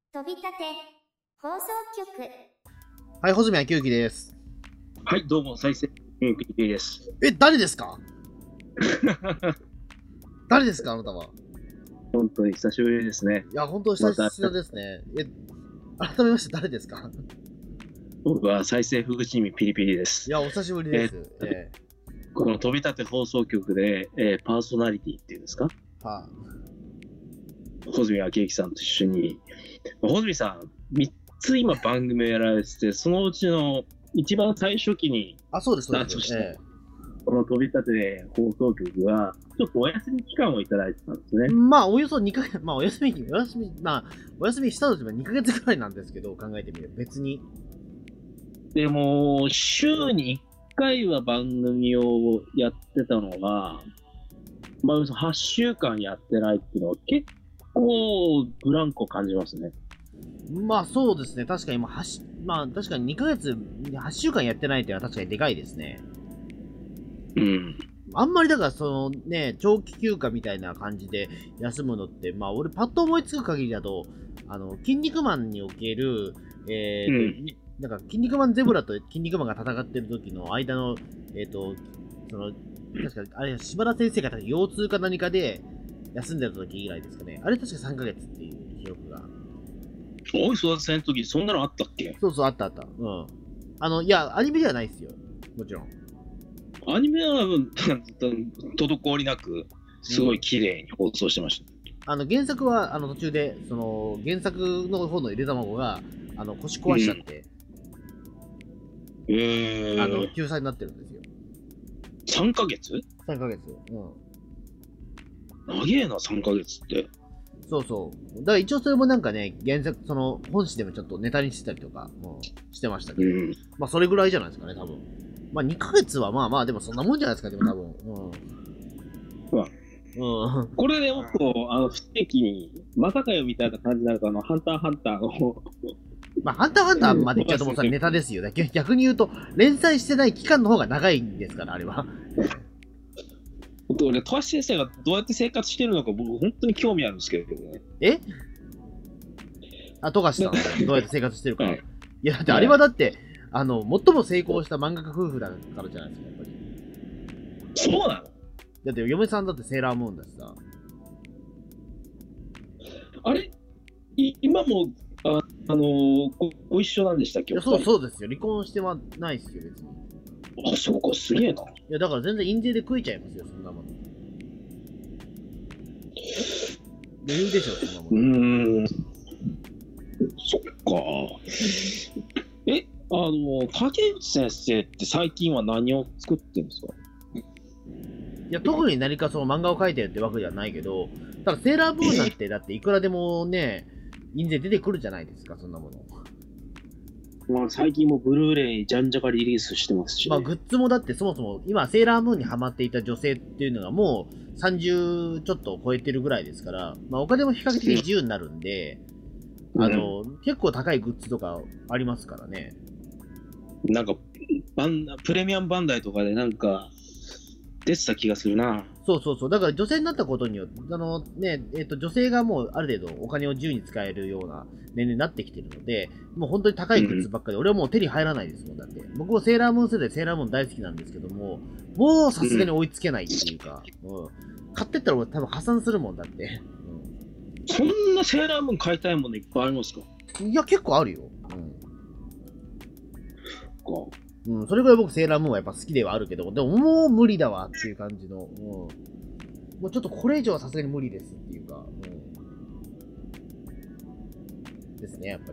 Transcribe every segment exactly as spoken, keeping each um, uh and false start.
飛び立て放送局。 はい、穂積昭之です。 はい、どうも、再生 ピーピー です。 え、誰ですか誰ですか、あなたは。 本当に久しぶりですね。 いや、本当に久しぶりですね。え、改めまして誰ですか。 僕は再生福地味ピリピリです。 いや、お久しぶりです。えーえー、この飛び立て放送局で、えー、パーソナリティっていうんですか、 はあ、 穂積昭之さんと一緒に、穂積さん、みっつ今番組をやられてて、そのうちの一番最初期に、 あ、そうです、そうです。 スタートした、 えー、この飛び立て放送局は、ちょっとお休み期間をいただいてたんですね。 まあ、およそにかげつ、まあ、お休み、お休み、まあ、お休みしたとしてもにかげつくらいなんですけど、考えてみれば、別に。 でも、週にいっかいは番組をやってたのが、まあ、はっしゅうかんやってないっていうのは結構ブランクを感じますね。 まあそうですね、確かに、まあ、はしまあ、確かににかげつ、はっしゅうかんやってないっていうのは確かにでかいですね。 うん。 あんまりだからそのね、長期休暇みたいな感じで休むのって、まあ俺パッと思いつく限りだと、あの、筋肉マンにおける、えーと、うん、なんか、筋肉マンゼブラと筋肉マンが戦ってる時の間の、えっ、ー、と、その、確か、あれ、柴田先生が腰痛か何かで休んでた時以来ですかね。あれ確かさんかげつっていう記憶が。 おい、育てせん時、そんなのあったっけ？ そうそう、あったあった。うん。あの、いや、アニメではないですよ。もちろん。 アニメは、滞りなく、すごい綺麗に放送してました。 うん、あの、原作は、あの、途中で、その、原作の方のゆで卵が、あの、腰壊しちゃって、 うん、えー、 あの、救済になってるんですよ。 さんかげつ ? さん ヶ月。うん。 長えな、さんかげつって。 そうそう。だから一応それもなんかね、原作、その、本誌でもちょっとネタにしてたりとか、もうしてましたけど、うん、まあそれぐらいじゃないですかね、多分。まあにかげつはまあまあ、でもそんなもんじゃないですか、でも多分。うん。 うん。これでもっと、あの、不定期に、まさかよみたいな感じになると、あの、ハンターハンターを、 まあ、ハンターハンターまで言っちゃうともうそれネタですよ。逆に言うと、連載してない期間の方が長いんですから、あれは。 俺、富樫先生がどうやって生活してるのか、僕、本当に興味あるんですけどね。 えあ、富樫さん、どうやって生活してるか。はい、いや、だってあれはだって、あの、最も成功した漫画家夫婦だからじゃないですか、やっぱり。 そうなの？だって嫁さんだってセーラームーンだしさ。 あれい今も、あ、あのー、ご, ご一緒なんでしたっけ？ そうそうですよ。離婚してはないですよ、別に。 あ、そうか、すげえな。いや、だから全然印税で食えちゃいますよ、そんなもの。余裕でしょ、そんなもの。 うーん。そっか。え、あの、竹内先生って最近は何を作ってるんですか？ いや、特に何かその漫画を描いてるってわけではないけど、ただセーラームーンなんて、だっていくらでもね、印税出てくるじゃないですか、そんなもの。 まあ、最近もブルーレイじゃんじゃかリリースしてますし、ね、 まあグッズもだってそもそも今セーラームーンにハマっていた女性っていうのがもうさんじゅうちょっと超えてるぐらいですから、まあお金も比較的自由になるんで、うん、あの、結構高いグッズとかありますからね。 なんか、バンプレミアムバンダイとかでなんか、出てた気がするな。 そうそうそう。だから女性になったことによって、あのね、えっと、女性がもうある程度お金を自由に使えるような年齢になってきてるので、もう本当に高いグッズばっかり、うん、俺はもう手に入らないですもん、だって。僕もセーラームーン世代、セーラームーン大好きなんですけども、もうさすがに追いつけないっていうか、うんうん、買ってったら俺多分破産するもんだって。 うん、そんなセーラームーン買いたいものいっぱいありますか？ いや、結構あるよ。うん。 か。 うん、それぐらい僕セーラームーンはやっぱ好きではあるけど、でももう無理だわっていう感じの、うん、もうちょっとこれ以上はさすがに無理ですっていうか、うん、ですね、やっぱり。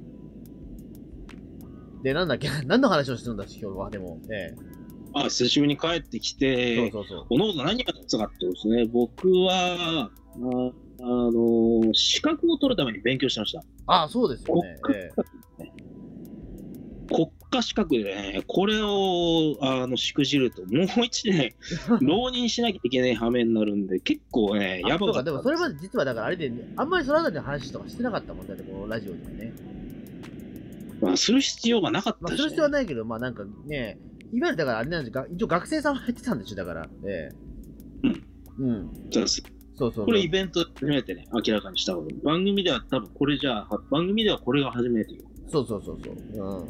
で、なんだっけ、何の話をしてるんだ、今日は、でも、ええ。 あ、久しぶりに帰ってきて、そうそうそう。おのおの何やってたかってことですね。僕は、あ、あの、資格を取るために勉強してました。 あ、そうですよね。ええ、 国家資格でね、これをあのしくじると、もう一年、浪人しなきゃいけない羽目になるんで、結構ね、やばかった。 でもそれまで実はだからあれで、ね、あんまりそのあたりの話とかしてなかったもんだって、このラジオではね。 まあ、する必要がなかったし、ね。 まあ、する必要はないけど、まあなんかね、いわゆるだからあれなんですか、一応学生さんは入ってたんでしょ、だから。ええ。 うん。うん。そうです。 そうそう。 これイベントで初めてね、明らかにした方がいい。番組では多分これじゃあ、番組ではこれが初めてよ。 そうそうそうそう。うん。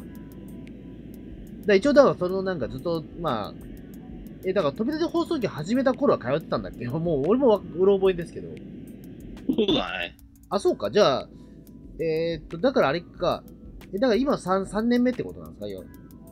だ一応だからそのなんかずっと、まあ、え、だから飛び出て放送機始めた頃は通ってたんだっけ？もう俺もうろ覚えですけど。 そうだね。 あ、そうか。じゃあ、えー、っと、だからあれか。え、だから今 3, 3年目ってことなんですか？要は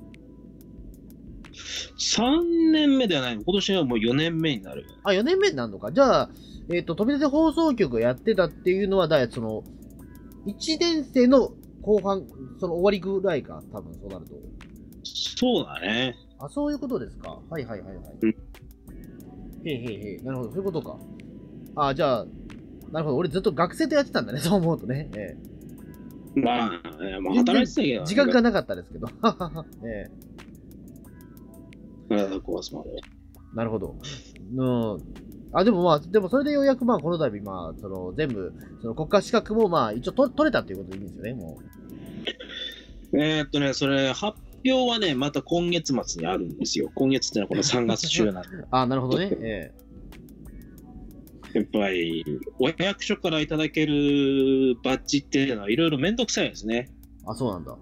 さんねんめではないの。今年はもうよねんめになる。 あ、よねんめになるのか。じゃあ、えー、っと、飛び出て放送局をやってたっていうのは、だいその、いちねん生の後半、その終わりぐらいか。多分そうなると。 そうだね。 あ、そういうことですか。はいはいはいはい。 うんへいへいへい。なるほど、そういうことか。あ、じゃあ、なるほど。俺ずっと学生とやってたんだね。そう思うとね。ええ、 まあ、えーまあ、働いてたけど、 時間がなかったですけど。ええ、 体壊すまで。 なるほど。うん。あ、でもまあ、でもそれでようやくまあ、この度、まあ、その、全部、その国家資格もまあ、一応と取れたということでいいんですよね、もう。 えー、っとね、それ、発表はね、また今月末にあるんですよ。今月ってのはこのさんがつ中なんで。 あ、なるほどね。えやっぱり、お役所からいただけるバッジっていうのはいろいろめんどくさいですね。 え、あ、そうなんだ。 うん。こ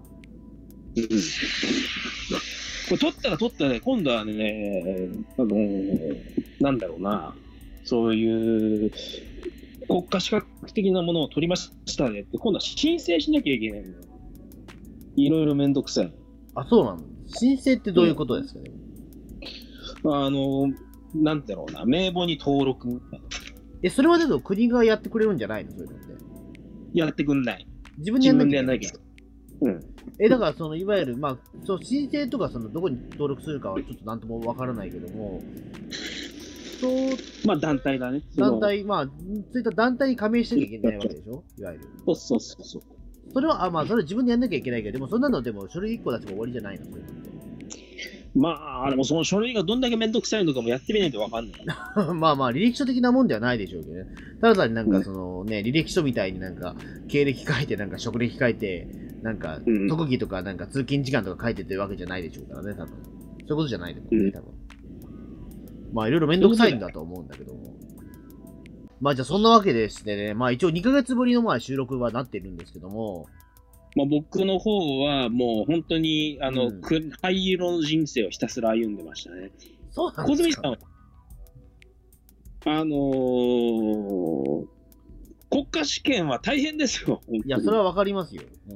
れ取ったら取ったで、今度はね、あのーなんだろうな、そういう国家資格的なものを取りましたねって、今度は申請しなきゃいけないのよ。いろいろめんどくさい。 あ、そうなの。申請ってどういうことですかね。 あの、なんだろうな、名簿に登録え、それはでも国がやってくれるんじゃないの？そういうのって。 やってくんない。 自分でやんなきゃいけない。 自分でやんなきゃ。うん。 え、だからその、いわゆる、まあ、そう、申請とか、その、どこに登録するかはちょっとなんともわからないけども、そう、 まあ団体だね。 団体、まあ、そういった団体に加盟しなきゃいけないわけでしょ？いわゆる。 そうそうそうそう。 それは、あ、まあ、それは自分でやんなきゃいけないけど、でも、そんなのでも、書類いっこ出せば終わりじゃないの？そういうのって。 まあ、でもその書類がどんだけめんどくさいのかもやってみないとわかんない。 まあまあ、履歴書的なもんではないでしょうけどね。ただ単になんかそのね、履歴書みたいになんか、経歴書いて、なんか職歴書いて、なんかうん、 特技とかなんか通勤時間とか書いてってわけじゃないでしょうからね、多分。そういうことじゃないでもね、多分。まあ、いろいろめんどくさいんだと思うんだけども。まあ、じゃあそんなわけでしてね、まあ一応にかげつぶりのまあ収録はなってるんですけども、 まあ、僕の方はもう本当にあの、 うんく俳優の人生をひたすら歩んでましたね。 そうなん小ですか。 泉さんは、あのー国家試験は大変ですよ。 いや、それはわかりますよ。うん。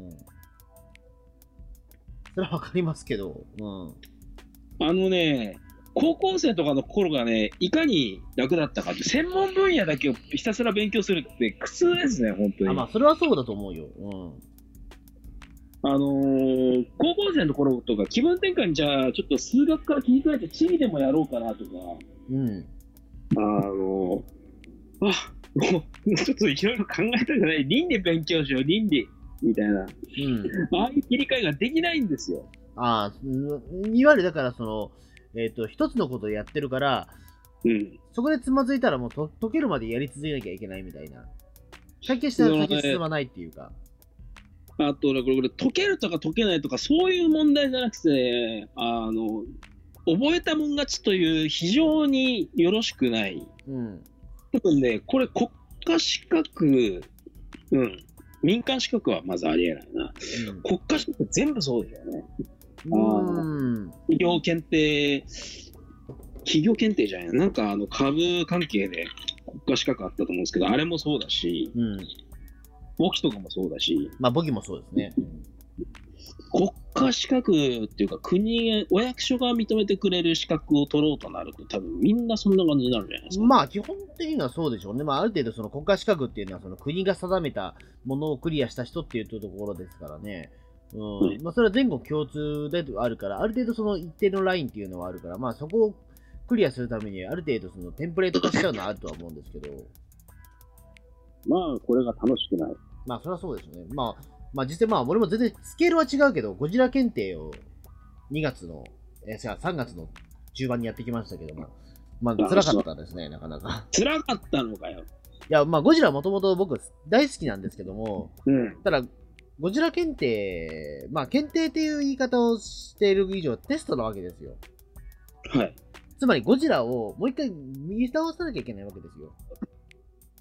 それはわかりますけど、うん。 あのね、高校生とかの頃がね、いかに楽だったかって、専門分野だけをひたすら勉強するって苦痛ですね、本当に。 あ、まあ、それはそうだと思うよ。うん。 あのー高校生の頃とか気分転換にじゃあちょっと数学から切り替えて地理でもやろうかなとか、 うん。 あのー、あ、もうちょっといろいろ考えたくない、倫理勉強しよう、倫理みたいな、 うん。 ああいう切り替えができないんですよ。 ああ、うんいわゆるだからその、えっ、と、一つのことをやってるから、 うん。 そこでつまずいたらもうと解けるまでやり続けなきゃいけないみたいな。解決したら先進まないっていうか。 あと、これ、これ解けるとか解けないとか、そういう問題じゃなくて、あの、覚えたもん勝ちという非常によろしくない。 うん。 多分ね、これ国家資格、うん、民間資格はまずありえないな。国家資格全部そうですよね。 うん。うん。 企業検定、企業検定じゃないなんかあの株関係で国家資格あったと思うんですけど、あれもそうだし、 うん。 簿記とかもそうだし、 まあ、簿記もそうですね。 国家資格っていうか国、お役所が認めてくれる資格を取ろうとなると多分みんなそんな感じになるじゃないですか。 まあ、基本的にはそうでしょうね。まあ、ある程度その国家資格っていうのはその国が定めたものをクリアした人っていうところですからね。うん。 うんまあ、それは全国共通であるから、ある程度その一定のラインっていうのはあるから、まあ、そこをクリアするためにある程度そのテンプレート化しちゃうのはあるとは思うんですけど、 まあ、これが楽しくない。 まあ、それはそうですね。まあ、まあ、実際まあ、俺も全然スケールは違うけど、ゴジラ検定をにがつの、え、違う、さんがつの中盤にやってきましたけども、まあ、辛かったですね、なかなか。 辛かったのかよ。 いや、まあ、ゴジラはもともと僕大好きなんですけども、 うん。 ただ、ゴジラ検定、まあ、検定っていう言い方をしている以上、テストなわけですよ。 はい。 つまり、ゴジラをもう一回見直さなきゃいけないわけですよ。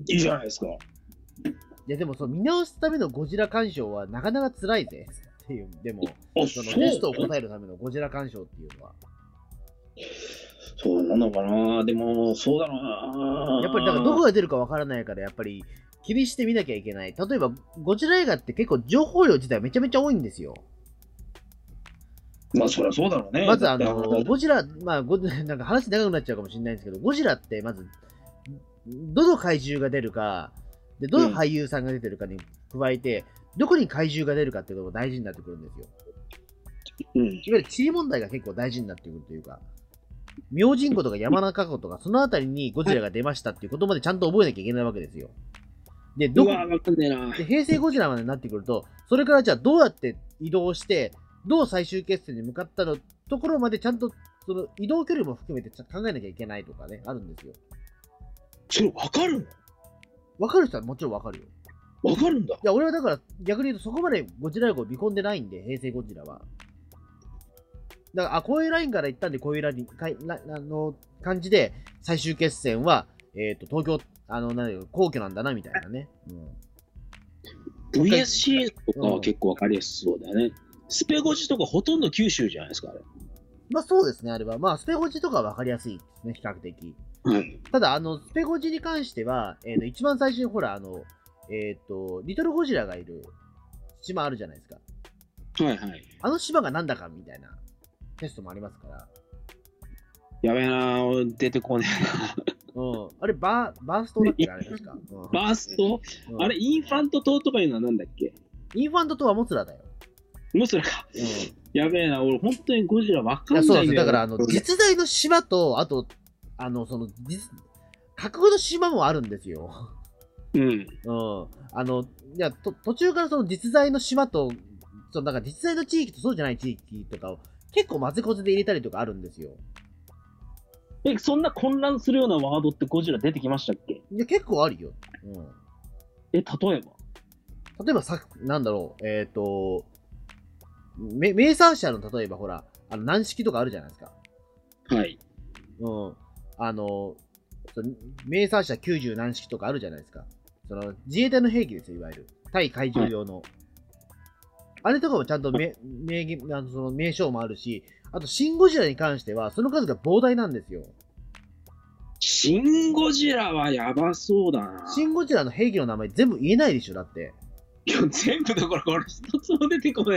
いいじゃないですか。 いやでもその見直すためのゴジラ鑑賞はなかなか辛いぜっていう、でも、 あ、 そそうのテストを答えるためのゴジラ鑑賞っていうのは。 そうなのかな。でも、そうだろうな。 やっぱりだからどこが出るかわからないから、やっぱり気にしてみなきゃいけない。例えば、ゴジラ映画って結構情報量自体めちゃめちゃ多いんですよ。 まあ、そりゃそうだろうね。 まずあだっての、ゴジラ、まあゴ、なんか話長くなっちゃうかもしれないんですけど、ゴジラってまず、どの怪獣が出るか、で、どの俳優さんが出てるかに加えて、どこに怪獣が出るかっていうことが大事になってくるんですよ。 うん。 いわゆる地理問題が結構大事になってくるというか、明神湖とか山中湖とか、そのあたりにゴジラが出ましたっていうことまでちゃんと覚えなきゃいけないわけですよ。で、どこうわ、わかんねえな。 で平成ゴジラまでになってくると、それからじゃあどうやって移動して、どう最終決戦に向かったのところまでちゃんとその移動距離も含めて考えなきゃいけないとかね、あるんですよ。 それわかるの？ わかる人はもちろんわかるよ。 わかるんだ。 いや、俺はだから逆に言うとそこまでゴジラ力を見込んでないんで、平成ゴジラは。だから、あ、こういうラインから行ったんで、こういうライン、かいなあの感じで、最終決戦は、えっ、と、東京、あの、なんだよ、皇居なんだな、みたいなね。うん、 ブイエスシー とかは結構わかりやすそうだよね。スペゴジとかほとんど九州じゃないですか、あれ。 まあそうですね、あれは。まあ、スペゴジとかはわかりやすいですね、比較的。 はい。 ただ、あの、スペゴジに関しては、えっ、と、一番最初にほら、あの、えっ、と、リトルゴジラがいる島あるじゃないですか。 はいはい。 あの島がなんだかみたいなテストもありますから。 やべえなー、出てこねえな。 うん。あれ、バー、バーストだっけあれ確か。うん、 バースト、 うん、 あれ、インファント島とかいうのはなんだっけ？ インファントとはモスラだよ。 モスラか。 うん。 やべえな、俺本当にゴジラわかんいや、 ないんだよ。 そうです。だから、あの、実在の島と、あと、あの、その、実、架空の島もあるんですよ。 うん。 うん。あの、いや、と途中からその実在の島と、その、なんか実在の地域とそうじゃない地域とかを結構混ぜこぜで入れたりとかあるんですよ。 え、そんな混乱するようなワードってゴジラ出てきましたっけ？ いや、結構あるよ。うん。 え、例えば例えばさ、なんだろう、えっ、ー、と、メメーサー社の例えばほら、あの、軟式とかあるじゃないですか。 はい。 うん。あの、そのメーサー社きゅうじゅう軟式とかあるじゃないですか。その、自衛隊の兵器ですよ、いわゆる。対海上用の。はい、あれとかもちゃんと名、名義、あの、その名称もあるし、あと、シン・ゴジラに関しては、その数が膨大なんですよ。 シン・ゴジラはやばそうだな。 シン・ゴジラの兵器の名前全部言えないでしょ、だって。 いや、全部だから、俺一つも出てこない。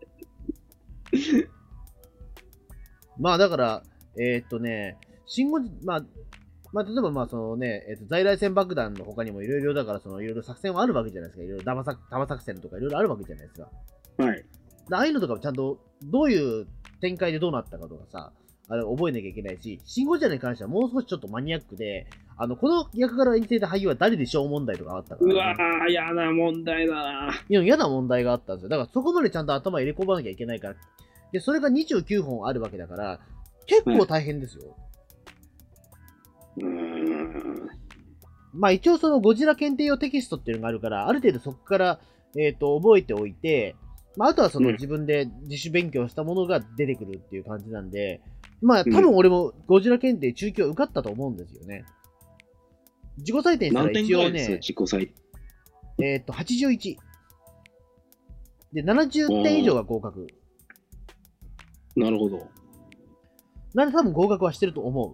まあ、だから、えー、っとね、シン・ゴジまあ、まあ、例えば、まあ、そのね、えっ、ー、と、在来線爆弾の他にもいろいろ、だから、その、いろいろ作戦はあるわけじゃないですか。いろいろ、弾作、弾作戦とかいろいろあるわけじゃないですか。 はい。 ああいうのとかもちゃんと、どういう展開でどうなったかとかさ、あれ覚えなきゃいけないし、シン・ゴジラに関してはもう少しちょっとマニアックで、あの、この役柄を演じていた俳優は誰でしょう問題とかあったから、ね。 うわー、嫌な問題だな。 いや、嫌な問題があったんですよ。だからそこまでちゃんと頭入れ込まなきゃいけないから。で、それがにじゅうきゅうほんあるわけだから、結構大変ですよ。はい、 うーん。 まあ一応そのゴジラ検定用テキストっていうのがあるから、ある程度そこから、えっと、覚えておいて、まああとはその自分で自主勉強したものが出てくるっていう感じなんで、まあ多分俺もゴジラ検定中級受かったと思うんですよね。自己採点したら一応ね、 自己採えっと、はちじゅういち。で、ななじゅってん以上が合格。 なるほど。 なんで多分合格はしてると思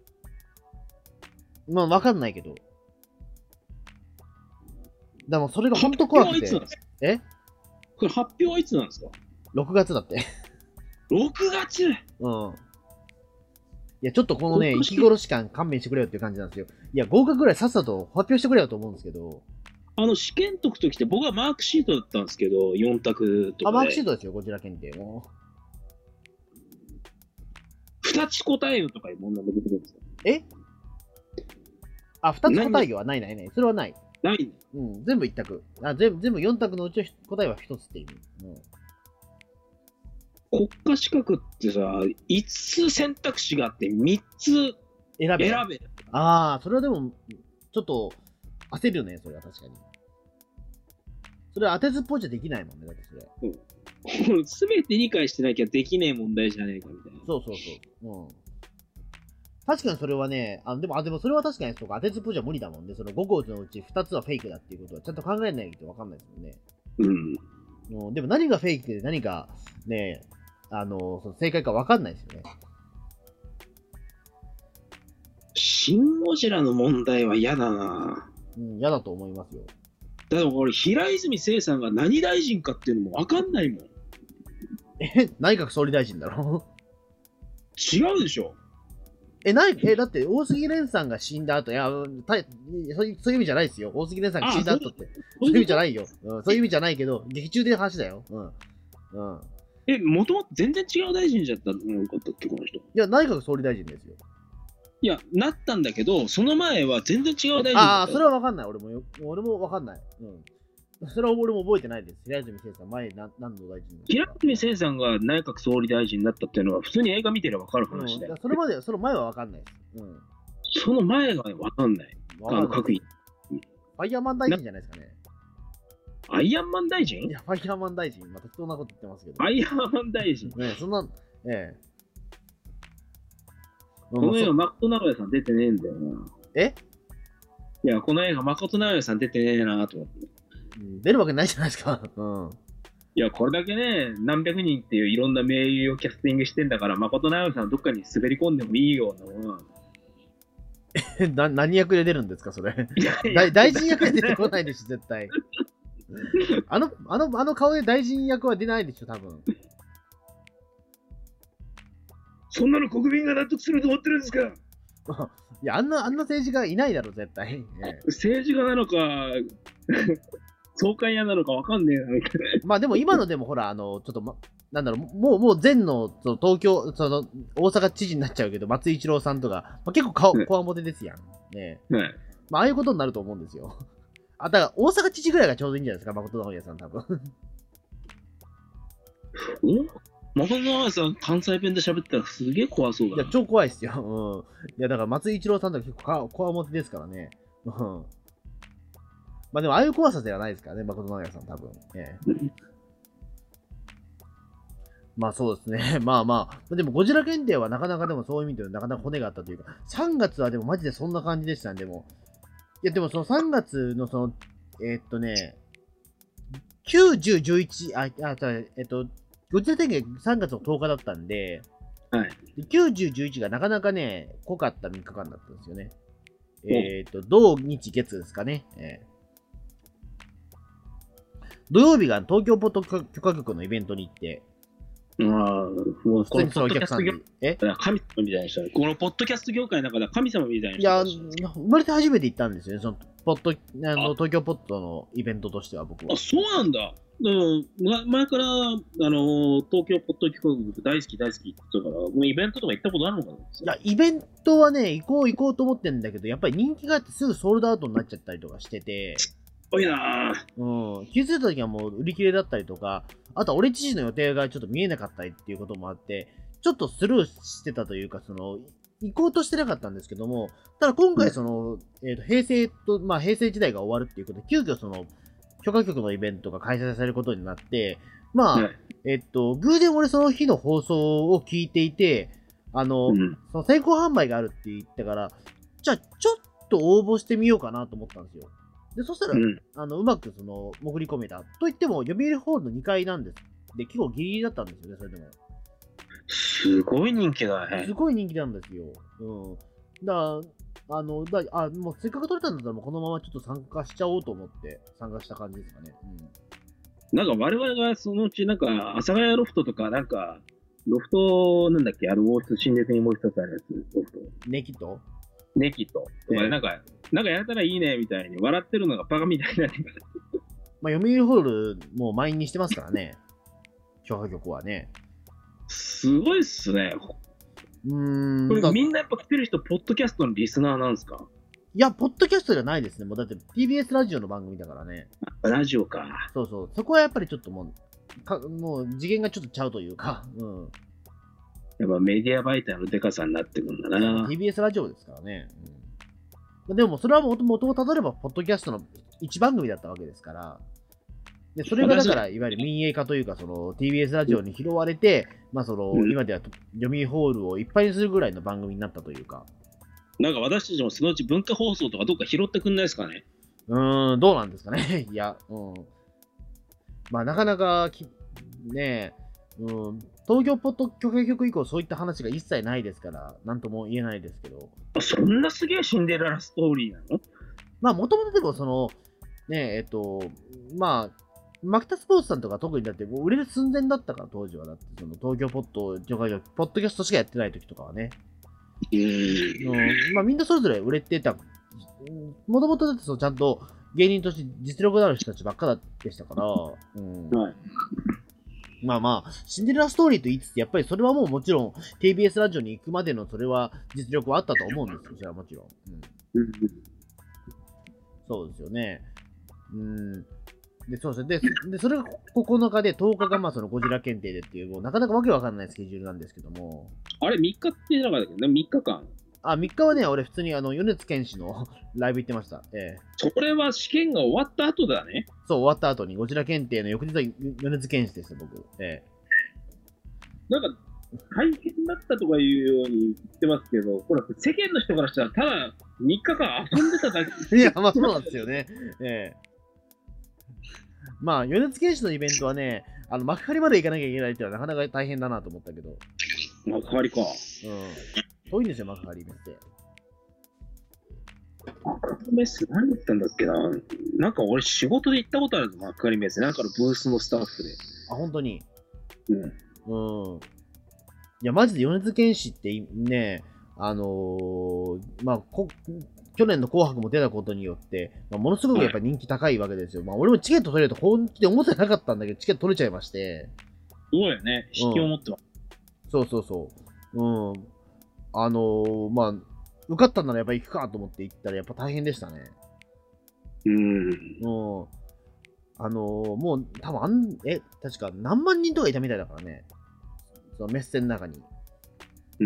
う。まあわかんないけど。でもそれが本当怖くて。えこれ発表はいつなんですか？ ろく 月だって。 ろくがつ？ うん。いや、ちょっとこのね、息殺し感勘弁してくれよっていう感じなんですよ。いや、合格ぐらいさっさと発表してくれよと思うんですけど。 あの、試験解くときって僕はマークシートだったんですけど、よん択とかで。 あ、マークシートですよ、ゴジラ検定の。 二つ答えよとかいう問題も出てくるんですか？ えあ、二つ答えよはないないない。それはない。 ないんだ。 うん、全部一択。あ、全部、全部よん択のうち答えは一つって意味。うん。 国家資格ってさ、いつつ選択肢があってみっつ選べ。 選べ。 ああ、それはでも、ちょっと焦るよね、それは確かに。それは当てずっぽうじゃできないもんね、だってそれ。 うん。すべて理解してなきゃできねえ問題じゃねえかみたいな。 そうそうそう。うん。 確かにそれはね、あのでも、あ、でもそれは確かにそうか、当てずっぽじゃ無理だもんね。そのごこのうちふたつはフェイクだっていうことはちゃんと考えないと分かんないですもんね。 うん。 もうでも何がフェイクで何がね、あの、その正解か分かんないですよね。 シン・ゴジラの問題は嫌だな。 うん、嫌だと思いますよ。 だから俺、平泉成さんが何大臣かっていうのも分かんないもん。 え、内閣総理大臣だろ違うでしょ。 え、ない、え、だって大杉蓮さんが死んだ後、いや、たそういうそういう意味じゃないですよ。大杉蓮さんが死んだ後って。そういう意味じゃないよ。うん、そういう意味じゃないけど、劇中で話だよ。うん。うん。 え、もともと全然違う大臣じゃったのかったっけ、この人。いや、内閣総理大臣ですよ。 いや、なったんだけど、その前は全然違う大臣だった。 ああ、それは分かんない。俺もよ、俺も分かんない。うん。それは俺も覚えてないです。平泉成さん、前何何の大臣平泉成さんが内閣総理大臣になったっていうのは、普通に映画見てれば分かる話だよ。 うん、それまで、その前は分かんないです。うん。 その前が分かんない。あの閣議。 ファイヤーマン大臣じゃないですかね。 アイアンマン大臣？ いや、ファイヤーマン大臣。まあ、適当なこと言ってますけど。 アイアンマン大臣。 ね、そんな、ええ。 この映画、誠直哉さん出てねえんだよな。 えいや、この映画、誠直哉さん出てねえなと思って。 出るわけないじゃないですか。うん。 いや、これだけね、何百人っていういろんな名優をキャスティングしてんだから、誠直哉さんどっかに滑り込んでもいいようなもの。 な何役で出るんですか、それ。 いやいや大臣役で出てこないでしょ、絶対。あの、あの、あの顔で大臣役は出ないでしょ、多分。 そんなの国民が納得すると思ってるんですか？ いや、あんな、あんな政治家いないだろ、絶対。ええ、 政治家なのか、総会屋なのかわかんねえな、みたいな。 まあでも今のでもほら、あの、ちょっと、ま、なんだろう、もう、もう前の、その東京、その、大阪知事になっちゃうけど、松井一郎さんとか、まあ、結構顔、こわもてですやん。ねえ。 はい。 まあ、ああいうことになると思うんですよ。あ、だから、大阪知事ぐらいがちょうどいいんじゃないですか、誠直哉さん、多分。 お誠直哉さん、関西弁で喋ったらすげえ怖そうだな。 いや、超怖いっすよ。うん。いや、だから、松井一郎さんとか結構か、こわもてですからね。うん。まあでも、ああいう怖さではないですからね、誠直哉さん、多分。ええ。まあそうですね。まあまあ。でも、ゴジラ検定はなかなかでもそういう意味ではなかなか骨があったというか、さんがつはでもマジでそんな感じでしたね、でも。いや、でもそのさんがつのその、えー、っとね、きゅう、じゅう、じゅういち、あ、あ、えっと、ゴジラ検定さんがつのとおかだったんで、 はい。 きゅう、じゅう、じゅういちがなかなかね、濃かったみっかかんだったんですよね。えー、っと、土日月ですかね。えー土曜日が東京ポッド許可局のイベントに行って、 ああ、もう普通にそのお客さんに。え神様みたいな人、このポッドキャスト業界の中では神様みたいな人。 いや、生まれて初めて行ったんですよね、そのポッドあの東京ポッドのイベントとしては僕は。 あ、そうなんだ。でもま前からあの東京ポッドキャスト局大好き大好きって言ってたから、もうイベントとか行ったことあるのかな。いや、イベントはね、行こう行こうと思ってるんだけど、やっぱり人気があってすぐソールドアウトになっちゃったりとかしてて、 多いなうん、気づいた時はもう売り切れだったりとか、あとは俺自身の予定がちょっと見えなかったりっていうこともあって、ちょっとスルーしてたというか、その、行こうとしてなかったんですけども、ただ今回その、うん、えっ、ー、と、平成と、まあ平成時代が終わるっていうことで、急遽その、許可局のイベントが開催されることになって、まあ、はい、えっと、偶然俺その日の放送を聞いていて、あの、うん、その先行販売があるって言ったから、じゃあちょっと応募してみようかなと思ったんですよ。で、そしたら、うん、あの、うまくその、潜り込めた。と言っても、読売ホールのにかいなんです。で、結構ギリギリだったんですよね、それでも。 すごい人気だね。 すごい人気なんですよ。うん。だあの、だあ、もうせっかく取れたんだったら、もうこのままちょっと参加しちゃおうと思って、参加した感じですかね。 うん。なんか我々がそのうち、なんか、阿佐ヶ谷ロフトとか、なんか、ロフト、なんだっけ、あの、もう一つ、新宿にもう一つあるやつ、ロフト。 ネキットネキット。とか、なんか、なんかやれたらいいねみたいに笑ってるのがバカみたいになってくる。 まあ、読売ホールもう満員にしてますからね。許可局はね。 すごいっすね。 うーん。 これみんなやっぱ来てる人、ポッドキャストのリスナーなんですか？ いや、ポッドキャストじゃないですね。もうだって ティービーエス ラジオの番組だからね。 ラジオか。 そうそう。そこはやっぱりちょっともう、かもう次元がちょっとちゃうというか。うん。 やっぱメディア媒体のデカさになってくるんだな。 ティービーエス ラジオですからね。うん、でも、それはもともとたどれば、ポッドキャストの一番組だったわけですから。 で、それがだから、いわゆる民営化というか、その ティービーエス ラジオに拾われて、まあその、 うん、 今では読売ホールをいっぱいにするぐらいの番組になったというか。 なんか私たちもそのうち文化放送とかどっか拾ってくんないですかね。 うーん、どうなんですかね。いや、うん。まあなかなかき、ねえ、うん、東京ポッド許可局以降そういった話が一切ないですから、なんとも言えないですけど。 そんなすげえシンデレラストーリーなの？ まあもともとでもその、ねえ、えっと、まあ、マキタスポーツさんとか特にだってもう売れる寸前だったから、当時は。だって、その東京ポッド許可局、ポッドキャストしかやってない時とかはね。 うーん。 うん、まあみんなそれぞれ売れてた。もともとだってそのちゃんと芸人として実力のある人たちばっかでしたから、うん、 はい。 まあまあ、シンデレラストーリーと言いつつ、やっぱりそれはもうもちろん ティービーエス ラジオに行くまでのそれは実力はあったと思うんですよ、それはもちろん。うん、 うん、 そうですよね。うん。で、そうですね。で、でそれがここのかで、とおかがまあそのゴジラ検定でっていう、もうなかなかわけわかんないスケジュールなんですけども。 あれ、みっかってなかったっけどね、みっかかん。 あ、みっかはね、俺普通にあの、米津玄師のライブ行ってました。ええ。 それは試験が終わった後だね。 そう、終わった後にゴジラ検定の翌日は米津玄師ですよ、僕。ええ。 なんか、大変だったとかいうように言ってますけど、ほら、世間の人からしたら、ただみっかかん遊んでただけ。 いや、まあそうなんですよね。ええ。まあ、米津玄師のイベントはね、あの、幕張まで行かなきゃいけないっていうのはなかなか大変だなと思ったけど。 幕張か。 うん。遠いんですよ、幕張メッセ。 幕張メッセ何言ったんだっけな。なんか俺仕事で行ったことあるぞ、幕張メッセ。なんかのブースのスタッフで。 あ、本当に。 うん。 うん。いや、マジで米津玄師ってね、あのー、まあこ、去年の紅白も出たことによって、まあ、ものすごくやっぱ人気高いわけですよ。はい、まあ、俺もチケット取れると本気で思ってなかったんだけど、チケット取れちゃいまして。 そうよね。引きを持ってます、 うん。そうそうそう。うん。あのー、まあ、受かったならやっぱ行くかと思って行ったらやっぱ大変でしたね。 うん。 うん。あのー、もう多分あん、え、確か何万人とかいたみたいだからね。そのメッセの中に。 うん。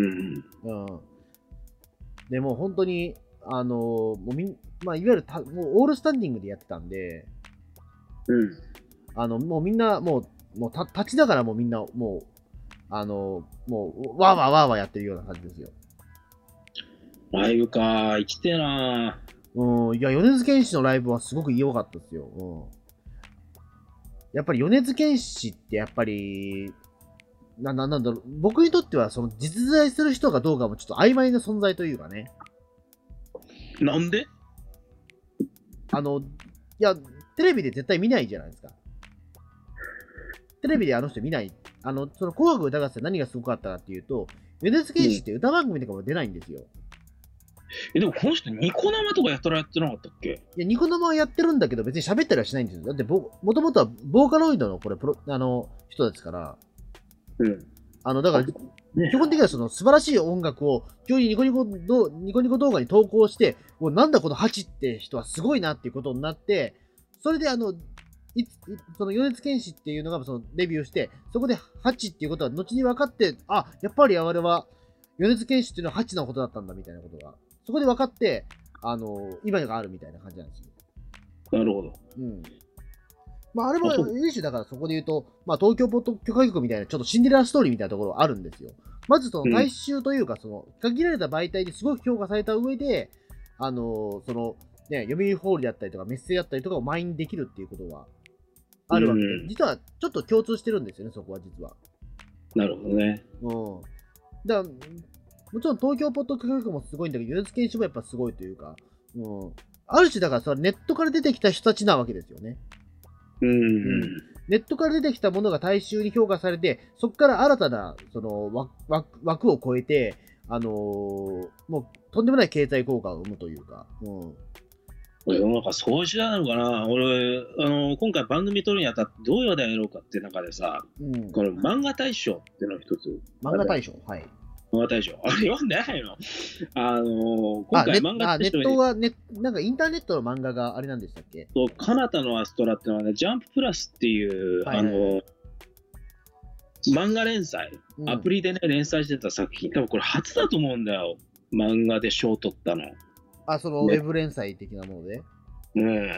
うん。でもう本当に、あのー、もうみん、まあ、いわゆるたもうオールスタンディングでやってたんで、 うん。 あの、もうみんな、もう、もうた立ちながらもうみんな、もう、あのー、もう、わーわーわーわーやってるような感じですよ。 ライブか、行きてえな。 うん、いや、米津玄師のライブはすごく良かったですよ。うん。やっぱり米津玄師ってやっぱり、な、な、なんだろう、僕にとってはその実在する人かどうかもちょっと曖昧な存在というかね。 なんで？ あの、いや、テレビで絶対見ないじゃないですか。テレビであの人見ない。あの、その紅白歌合戦何がすごかったかっていうと、米津玄師って歌番組とかも出ないんですよ。 え、でもこの人ニコ生とかやったらやってなかったっけ？ いや、ニコ生はやってるんだけど別に喋ったりはしないんですよ。だってぼ、もともとはボーカロイドのこれプロ、あの、人ですから。 うん。 あの、だから、 ね、 基本的にはその素晴らしい音楽を急にニコニコどニコニコ動画に投稿して、もうなんだこのハチって人はすごいなっていうことになって、それであの、いその米津玄師っていうのがそのデビューして、そこでハチっていうことは後に分かって、あ、やっぱりあれは米津玄師っていうのはハチのことだったんだみたいなことが、そこで分かって、あの、今があるみたいな感じなんですよ。 なるほど。 うん。まあ、あれも、一種だからそこで言うと、まあ、東京ポッド許可局みたいな、ちょっとシンデレラストーリーみたいなところあるんですよ。まず、その、大衆というか、その、限られた媒体ですごく評価された上で、あのー、その、ね、読売ホールであったりとか、メッセだったりとかを満員できるっていうことはあるわけで、実はちょっと共通してるんですよね、そこは実は。 なるほどね。 うん。だから、もちろん東京ポッド許可局もすごいんだけど、米津玄師もやっぱすごいというか、うん。ある種だから、それネットから出てきた人たちなわけですよね。 うん、うん、 ネットから出てきたものが大衆に評価されて、そこから新たなその枠枠を超えて、あのー、もうとんでもない経済効果を生むというか。 うん、世の中そうしなのかな。俺、あの今回番組撮るにあたってどういう話題やろうかって中でさ、うん、この漫画大賞っていうのを一つ。 漫画大賞はい。 漫画大賞。あれ読んでないの？あのー、今回漫画大賞。ネットはネ、なんかインターネットの漫画があれなんでしたっけ？ そう、カナタのアストラっていうのはね、ジャンププラスっていう、はいはい、あのー、漫画連載、うん、アプリでね、連載してた作品、多分これ初だと思うんだよ。漫画で賞取ったの。 あ、そのウェブ連載的なもので？ うん。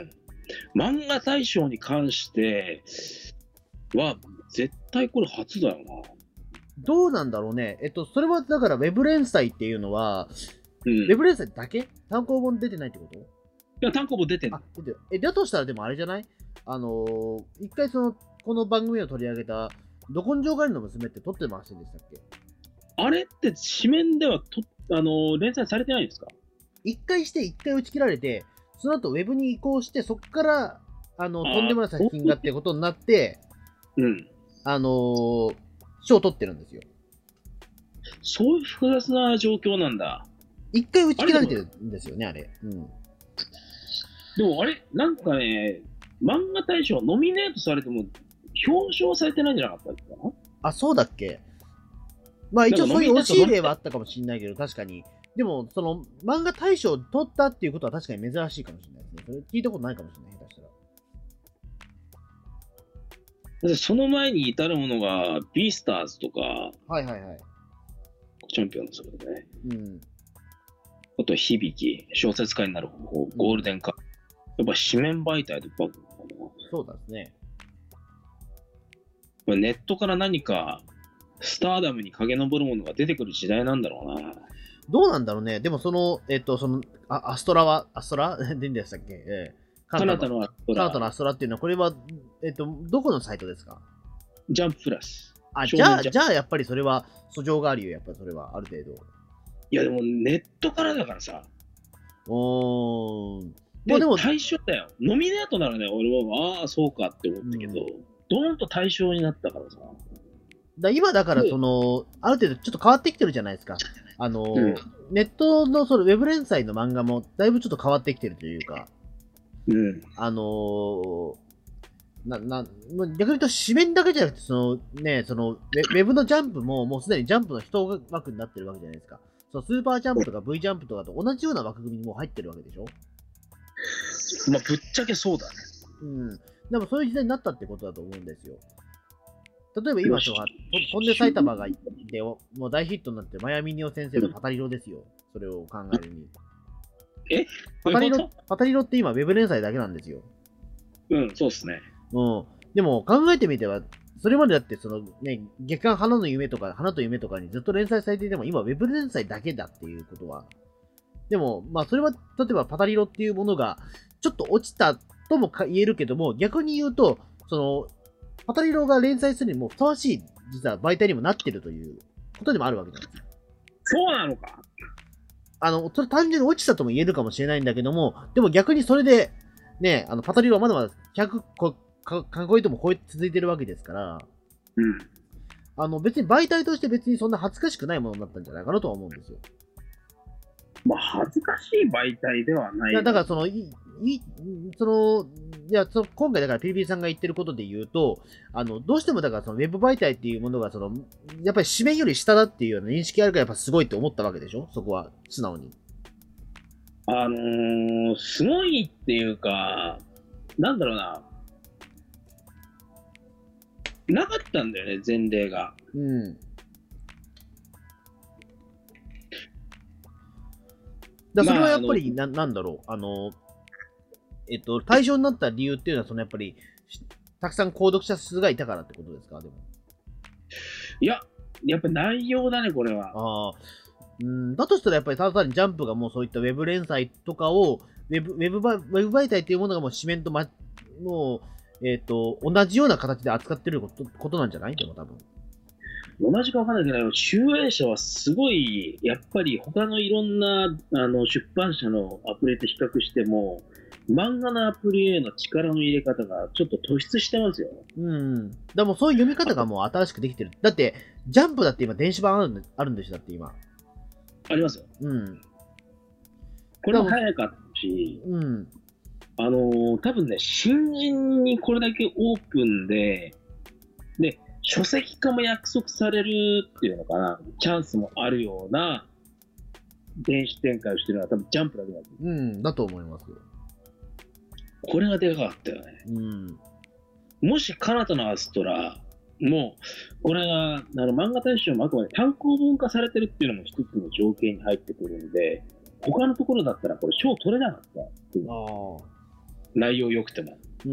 漫画大賞に関しては、絶対これ初だよな。 どうなんだろうね。えっと、それはだからウェブ連載っていうのは、 うん、 ウェブ連載だけ単行本出てないってこと？ いや、単行本出てんあの。、 出てる。え、だとしたらでもあれじゃない？あのー、一回その、この番組を取り上げた、ど根性狩りの娘って撮ってませんでしたっけ？ あれって紙面ではと、あのー連載されてないんですか？ 一回して一回打ち切られて、その後ウェブに移行して、そこから、あの、 あーとんでもない作品がってことになって、 うん。 あのー、賞を取ってるんですよ。 そういう複雑な状況なんだ。 一回打ち切られてるんですよね、あれ。うん。 でもあれ、なんかね、漫画大賞ノミネートされても表彰されてないんじゃなかったっけかな。 あ、そうだっけ？まあ一応そういう押し入れはあったかもしれないけど、確かに。でも、その、漫画大賞を取ったっていうことは確かに珍しいかもしれないですね。それ聞いたことないかもしれない、下手したら。 でその前に至るものが、ビースターズとか、 はいはいはい。 チャンピオンのそれでね。 うん。 あと、響き、小説家になる方法、ゴールデンカード。やっぱ紙面媒体でばっかそうですね。 ネットから何か、スターダムに駆け上るものが出てくる時代なんだろうな。 どうなんだろうね。でもその、えっと、その、あアストラは、アストラでいいんでしたっけ？ええ。 カナダのアストラカナダのアストラっていうのは、これは、えっと、どこのサイトですか？ ジャンププラス。 あ、じゃあ、 少年ジャンプじゃあやっぱりそれは、訴状があるよ、やっぱりそれは、ある程度。 いやでもネットからだからさ。 おー。 でまあでも、 対象だよ。ノミネートならね、俺は、ああ、そうかって思ったけど、 うんドーンと対象になったからさ。 だ今だから、その、ある程度ちょっと変わってきてるじゃないですか。あの、 うんネットのそのウェブ連載の漫画もだいぶちょっと変わってきてるというか、 うん。 あのーな、な、ま逆に言うと紙面だけじゃなくて、そのね、そのウェウェブのジャンプももうすでにジャンプの一枠になってるわけじゃないですか。そのスーパージャンプとか V ジャンプとかと同じような枠組みにもう入ってるわけでしょ？ まあ、ぶっちゃけそうだね。 うん。でもそういう時代になったってことだと思うんですよ。例えば今とは、飛んで埼玉がでもう大ヒットになってるマヤミニオ先生のパタリロですよ。それを考えるに。 えパタリロどういうこ、 パタリロって今ウェブ連載だけなんですよ。 とうん、そうっすね。 うん。でも考えてみては、それまでだってそのね、月刊花の夢とか、花と夢とかにずっと連載されていても、今ウェブ連載だけだっていうことは。でも、まあそれは、例えばパタリロっていうものが、ちょっと落ちたとも言えるけども、逆に言うと、その、パタリロが連載するにもふさわしい、実は媒体にもなってるということでもあるわけなんですよ。 そうなのか。 あの、それ単純に落ちたとも言えるかもしれないんだけども、でも逆にそれで、ね、あの、パタリロはまだまだひゃくこ、か、か超えても超え続いてるわけですから、 うん。 あの、別に媒体として別にそんな恥ずかしくないものになったんじゃないかなとは思うんですよ。 まあ、恥ずかしい媒体ではない。 いや、だからその、い、い、その、いや、その今回だからピリピリさんが言ってることで言うと、あの、どうしてもだからそのウェブ媒体っていうものがその、やっぱり紙面より下だっていうような認識があるからやっぱすごいって思ったわけでしょ？そこは、素直に。 あのー、すごいっていうか、なんだろうな。なかったんだよね、前例が。 うん。だからそれはやっぱり、な、なんだろう、あの、えっと、対象になった理由っていうのは、そのやっぱり、たくさん購読者数がいたからってことですか？でも。 いや、やっぱ内容だね、これは。 ああ。うん、だとしたらやっぱりただ単にジャンプがもうそういったウェブ連載とかを、ウェブ、ウェブば、ウェブ媒体っていうものがもう紙面とま、もう、えっと、同じような形で扱ってること、ことなんじゃない？でも多分。 同じかわかんないけど、集英社はすごい、やっぱり他のいろんなあの出版社のアプリと比較しても、漫画のアプリへの力の入れ方がちょっと突出してますよ。 うん。でもそういう読み方がもう新しくできてる。だって、ジャンプだって今電子版あるんで、あるんでしょ？だって今。 ありますよ。 うん。 これも早かったし、 うん。 あのー、多分ね、新人にこれだけオープンで、で、書籍化も約束されるっていうのかな、チャンスもあるような電子展開をしてるのは多分ジャンプだけだと思う。 うん、だと思いますよ。 これがでかかったよね。 うん。 もしカナダのアストラもう、これがあの漫画大賞もあくまで単行本化されてるっていうのも一つの条件に入ってくるんで、他のところだったらこれ賞取れなかったっていう。 ああ。 内容良くても。 うん。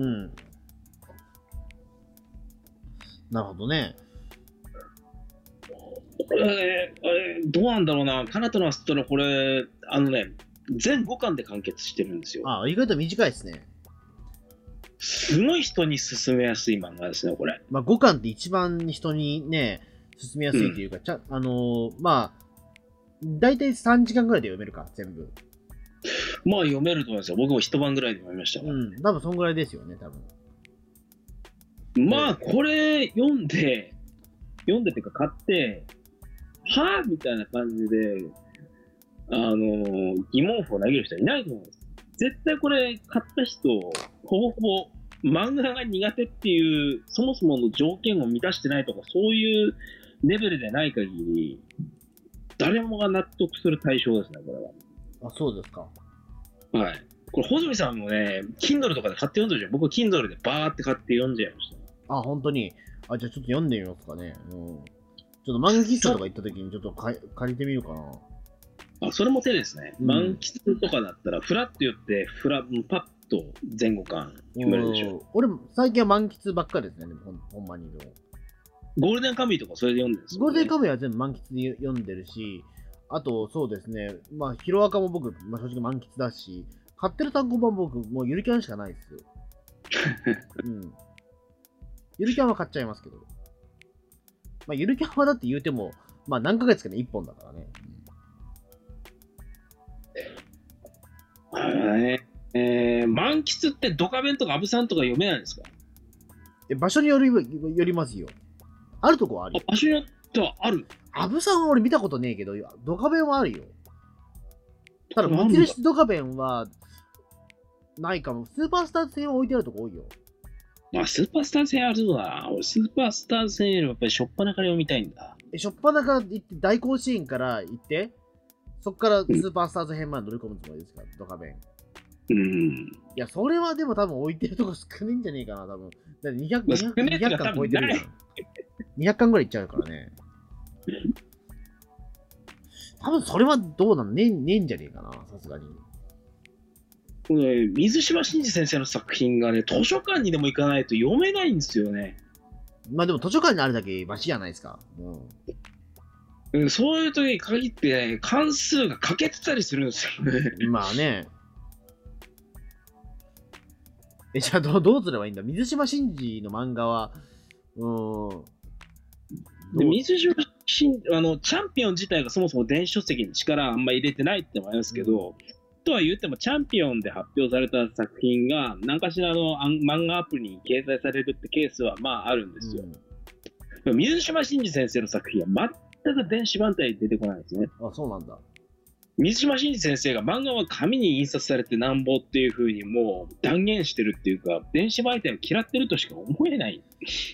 なるほどね。 これ、えーどうなんだろうな。カナタのアストラ、これ、あのね、全ごかんで完結してるんですよ。 あ、意外と短いですね。 すごい人に勧めやすい漫画ですね、これ。 まあ、ごかんって一番人にね、進みやすいというか、ちゃあのーまあ、だいたいさんじかんぐらいで読めるか、全部。 まあ読めると思いますよ。僕も一晩ぐらいで読みましたから。 うん、多分そんぐらいですよね、多分。 まあ、これ読んで、読んでっていうか買って、はぁみたいな感じで、あのー疑問符を投げる人はいないと思うんです。絶対これ買った人、ほぼほぼ漫画が苦手っていう、そもそもの条件を満たしてないとか、そういうレベルでない限り、誰もが納得する対象ですね、これは。 あ、そうですか。 はい。これ、穂積さんもね、Kindle とかで買って読んでるじゃん。僕、Kindle でバーって買って読んじゃいました。 あ、本当に。あ、じゃあちょっと読んでみますかね。うん。ちょっと漫画喫茶とか行った時にちょっとか借りてみるかな。 あ、それも手ですね。 うん満喫とかだったら、フラッと言って、フラ、パッと前後巻読めるでしょ。 うん俺も最近は満喫ばっかりですね、でもほんほんまにでも。 ゴールデンカムイとかそれで読んでるんですよ、ね。 ゴールデンカムイは全部満喫で読んでるし、あとそうですね、まあ、ヒロアカも僕、まあ、正直満喫だし、買ってる単行本僕、もうゆるキャンしかないですよ。うん。ゆるキャンは買っちゃいますけど。まあ、ゆるキャンはだって言うても、まあ何ヶ月かね、いっぽんだからね。 はい。えー、満喫ってドカベンとかアブさんとか読めないんですか？ え場所によりよりますよ。あるとこはあるよ。 場所によってはある。 アブさんは俺見たことねえけど、ドカベンはあるよ。ただ、 なんだ持ち主ドカベンはないかも。スーパースターズ戦は置いてあるとこ多いよ。 まあ、スーパースター戦あるわ。俺、スーパースター戦よりやっぱりしょっぱなから読みたいんだ。 え、しょっぱなから行って、大甲子園から行って、そっからスーパースターズ編まで乗り込むつもりですか、ドカベン。 うん。 いや、それはでも多分置いてるとこ少ないんじゃねえかな、多分。だってにひゃく、 まあにひゃく、 少ねえってかにひゃく巻超えてるじゃん。 多分にひゃくかんぐらいいっちゃうからね。多分それはどうなのねねえんじゃねえかな、さすがに。 これ、水島新司先生の作品がね、図書館にでも行かないと読めないんですよね。 まあでも図書館にあるだけマシじゃないですか。 うん、そういう時に限って、ね、関数が欠けてたりするんですよね。 うん。まあね。え、じゃあどうどうすればいいんだ水島新司の漫画は、うーん。 で水島新あのチャンピオン自体がそもそも電子書籍に力あんまり入れてないってのもありますけど、うん、とは言ってもチャンピオンで発表された作品が何かしらの漫画アプリに掲載されるってケースはまああるんですよ。うん、水島新司先生の作品は全く電子版体に出てこないんですね。 あ、そうなんだ。 水島新司先生が漫画は紙に印刷されてなんぼっていう風にもう断言してるっていうか、電子媒体を嫌ってるとしか思えない。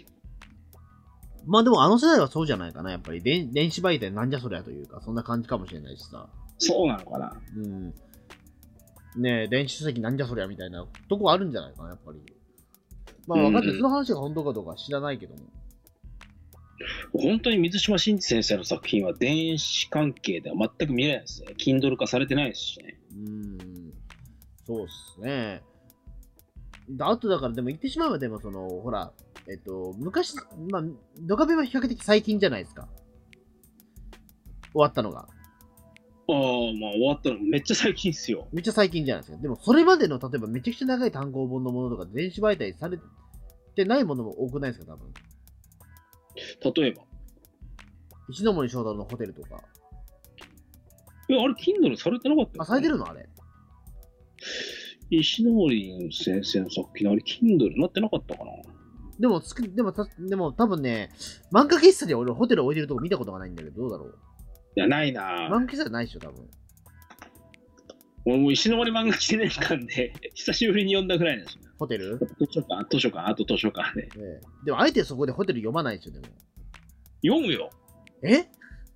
まあでもあの世代はそうじゃないかな、やっぱり。電電子媒体なんじゃそりゃというか、そんな感じかもしれないしさ。 そうなのかな。 うん。ねえ、電子書籍なんじゃそりゃみたいなとこあるんじゃないかな、やっぱり。まあ分かって、その話が本当かどうか知らないけども。 本当に水島新司先生の作品は電子関係では全く見れないですね。Kindle 化されてないですしね。 うーん。そうっすね。あとだから、でも言ってしまえば、でもその、ほら、えっと、昔、まあ、ドカベンは比較的最近じゃないですか。終わったのが。 ああ、まあ終わったのめっちゃ最近ですよ。 めっちゃ最近じゃないですか。でも、それまでの、例えばめちゃくちゃ長い単行本のものとか、電子媒体されてないものも多くないですか、多分。 例えば石ノ森章太郎のホテルとか。 え、あれ、Kindle されてなかった、 あ、されてるのあれ。 石ノ森先生の作品、あれ、Kindle なってなかったかな。 でも、つくでも、たでも多分ね、漫画喫茶で俺ホテル置いてるとこ見たことがないんだけど、どうだろう。 いや、ないなぁ。 漫画喫茶じゃないでしょ、多分。 俺もう石ノ森漫画いちねんかんで久しぶりに読んだぐらいなんですよ。 ホテル図書館、図書館、あと図書館で。 ええ、でも、あえてそこでホテル読まないでしょ、でも。 読むよ。 え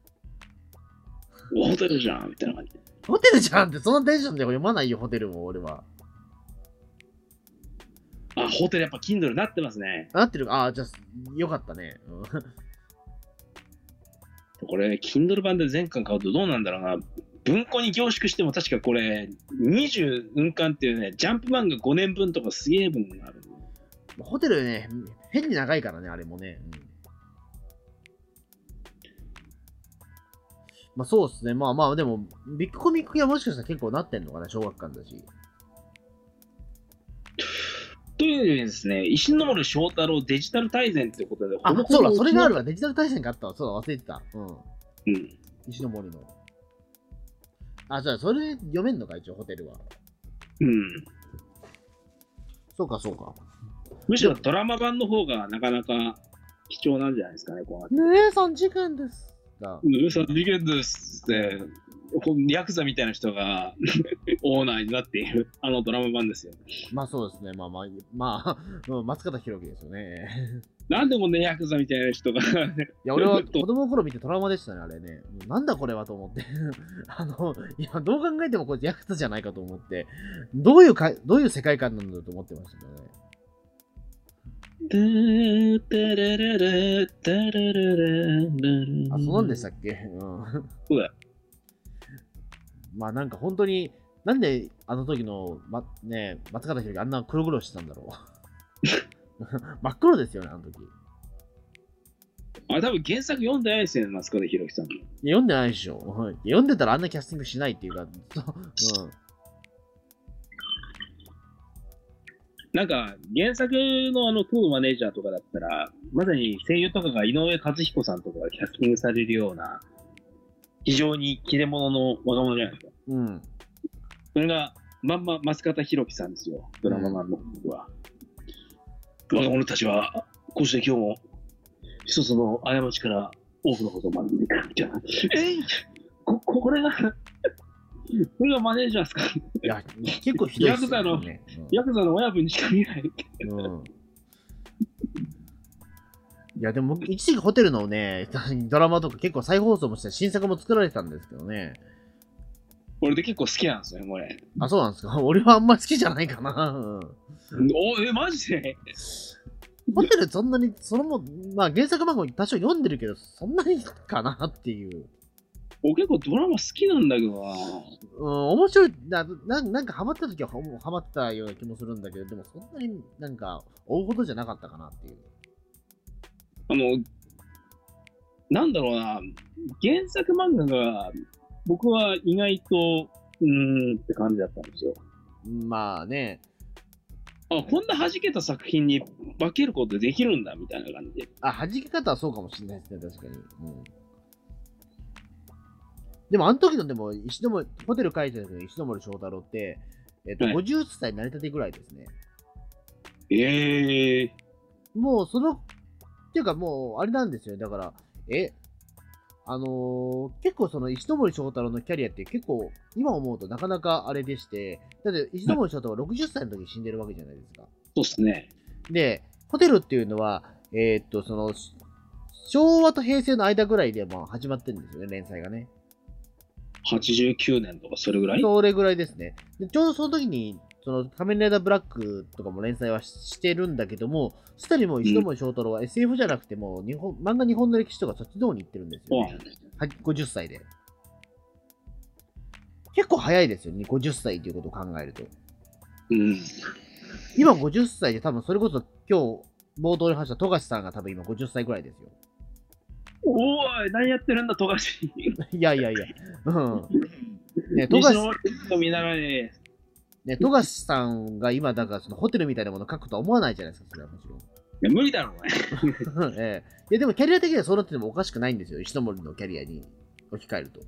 ホテルじゃんみたいな感じ。 ホテルじゃんって、そのテンションで読まないよ、ホテルも、俺は。 あ、ホテルやっぱ Kindle なってますね。 なってるああ、じゃあ、よかったね。うんこれ、Kindle 版で全巻買うとどうなんだろうな。 文庫に凝縮しても確かこれ、にじゅううんかんっていうね、ジャンプ漫画ごねんぶんとかすげえ分がある。 ホテルね、変に長いからね、あれもね。うん、まあそうですね。まあまあ、でも、ビッグコミック系はもしかしたら結構なってんのかな、小学館だし。 というよりですね、石ノ森章太郎デジタル大全っていうことで、 あ、 ほぼほぼそうだ、それがあるわ。デジタル対戦があったわ。そうだ、忘れてた。うん。 うん。 石の森の。あ、じゃあ、それ読めんのか、一応、ホテルは。 うん。 そうか、そうか。 むしろドラマ版の方がなかなか貴重なんじゃないですかね、こうなって。 ねえ、さん事件です。がうん、さ事件ですって、ヤクザみたいな人がオーナーになっている、あのドラマ版ですよ。 まあそうですね。まあまあ、まあ、うん松方弘樹ですよね。 なんでこんなヤクザみたいな人がいや、俺は子供の頃見てトラウマでしたね、あれね。なんだこれはと思って。あの、いや、どう考えてもこれヤクザじゃないかと思って、どういうか、どういう世界観なんだと思ってましたけどね。あ、そうなんでしたっけ？うん。 そうだよ。 まあなんか本当に、なんであの時の、ま、ね、松方弘樹あんな黒々してたんだろう。真っ黒ですよね、あの時。 あ、多分原作読んでないですよね、松方弘樹さん。 いや読んでないでしょ。読んでたらあんなキャスティングしないっていうか、そううん。 なんか、原作のあの、当マネージャーとかだったら、まさに声優とかが井上和彦さんとかがキャスティングされるような、非常に切れ者の若者じゃないですか。 うん。 それが、まんま松方弘樹さんですよ、ドラママンの僕は。若者たちは、こうして今日も、一つの過ちから多くのことを学んでいくみたいな。えいこ、これが、これがマネージャーですか？ いや、結構ひどいですよね。 ヤクザの親分にしか見えない。 うん。いや、でも、一時期ホテルのね、ドラマとか結構再放送もして新作も作られてたんですけどね。 俺で結構好きなんですよ、これ。 あ、そうなんですか。俺はあんまり好きじゃないかな。うん、 お、え、マジでホテルそんなに、そのも、まあ原作漫画多少読んでるけど、そんなにかなっていう。 俺結構ドラマ好きなんだけどな。 うん、面白いな、ななんかハマった時はハマったような気もするんだけど、でもそんなになんか追うほどじゃなかったかなっていう。 あの、なんだろうな、原作漫画が僕は意外と、うーんって感じだったんですよ。 まあね。 あ、こんな弾けた作品に化けることできるんだみたいな感じで。 あ、弾け方はそうかもしれないですね、確かに。うん、でも、あの時のでも、石森、ホテル書いてた時の石森章太郎って、えっと、はい、ごじゅっさい成り立てぐらいですね。 ええー。もう、その、っていうかもう、あれなんですよ。だから、え、あのー、結構その石森章太郎のキャリアって結構、今思うとなかなかあれでして、だって石森章太郎はろくじゅっさいの時に死んでるわけじゃないですか。 そうっすね。 で、ホテルっていうのは、えー、っと、その、昭和と平成の間ぐらいでまあ始まってるんですよね、連載がね。 はちじゅうきゅうねんとかそれぐらい？ それぐらいですね。でちょうどその時に、その仮面ライダーブラックとかも連載はしてるんだけども、すでにもう石森章太郎は エスエフ じゃなくても日本、漫画日本の歴史とかそっちの方に行ってるんですよね。ごじゅっさいで。結構早いですよね、ごじゅっさいということを考えると。 うん。 今ごじゅっさいで多分それこそ今日冒頭に話した富樫さんが多分今ごじゅっさいぐらいですよ。 おーい、何やってるんだ、富樫。 いやいやいや。うん。 ね、富樫の見習いね、富樫さんが今、だからそのホテルみたいなものを書くとは思わないじゃないですか、それはもちろん。いや、無理だろうね。ええ。いや、でもキャリア的にはそうなっててもおかしくないんですよ、石森のキャリアに置き換えると。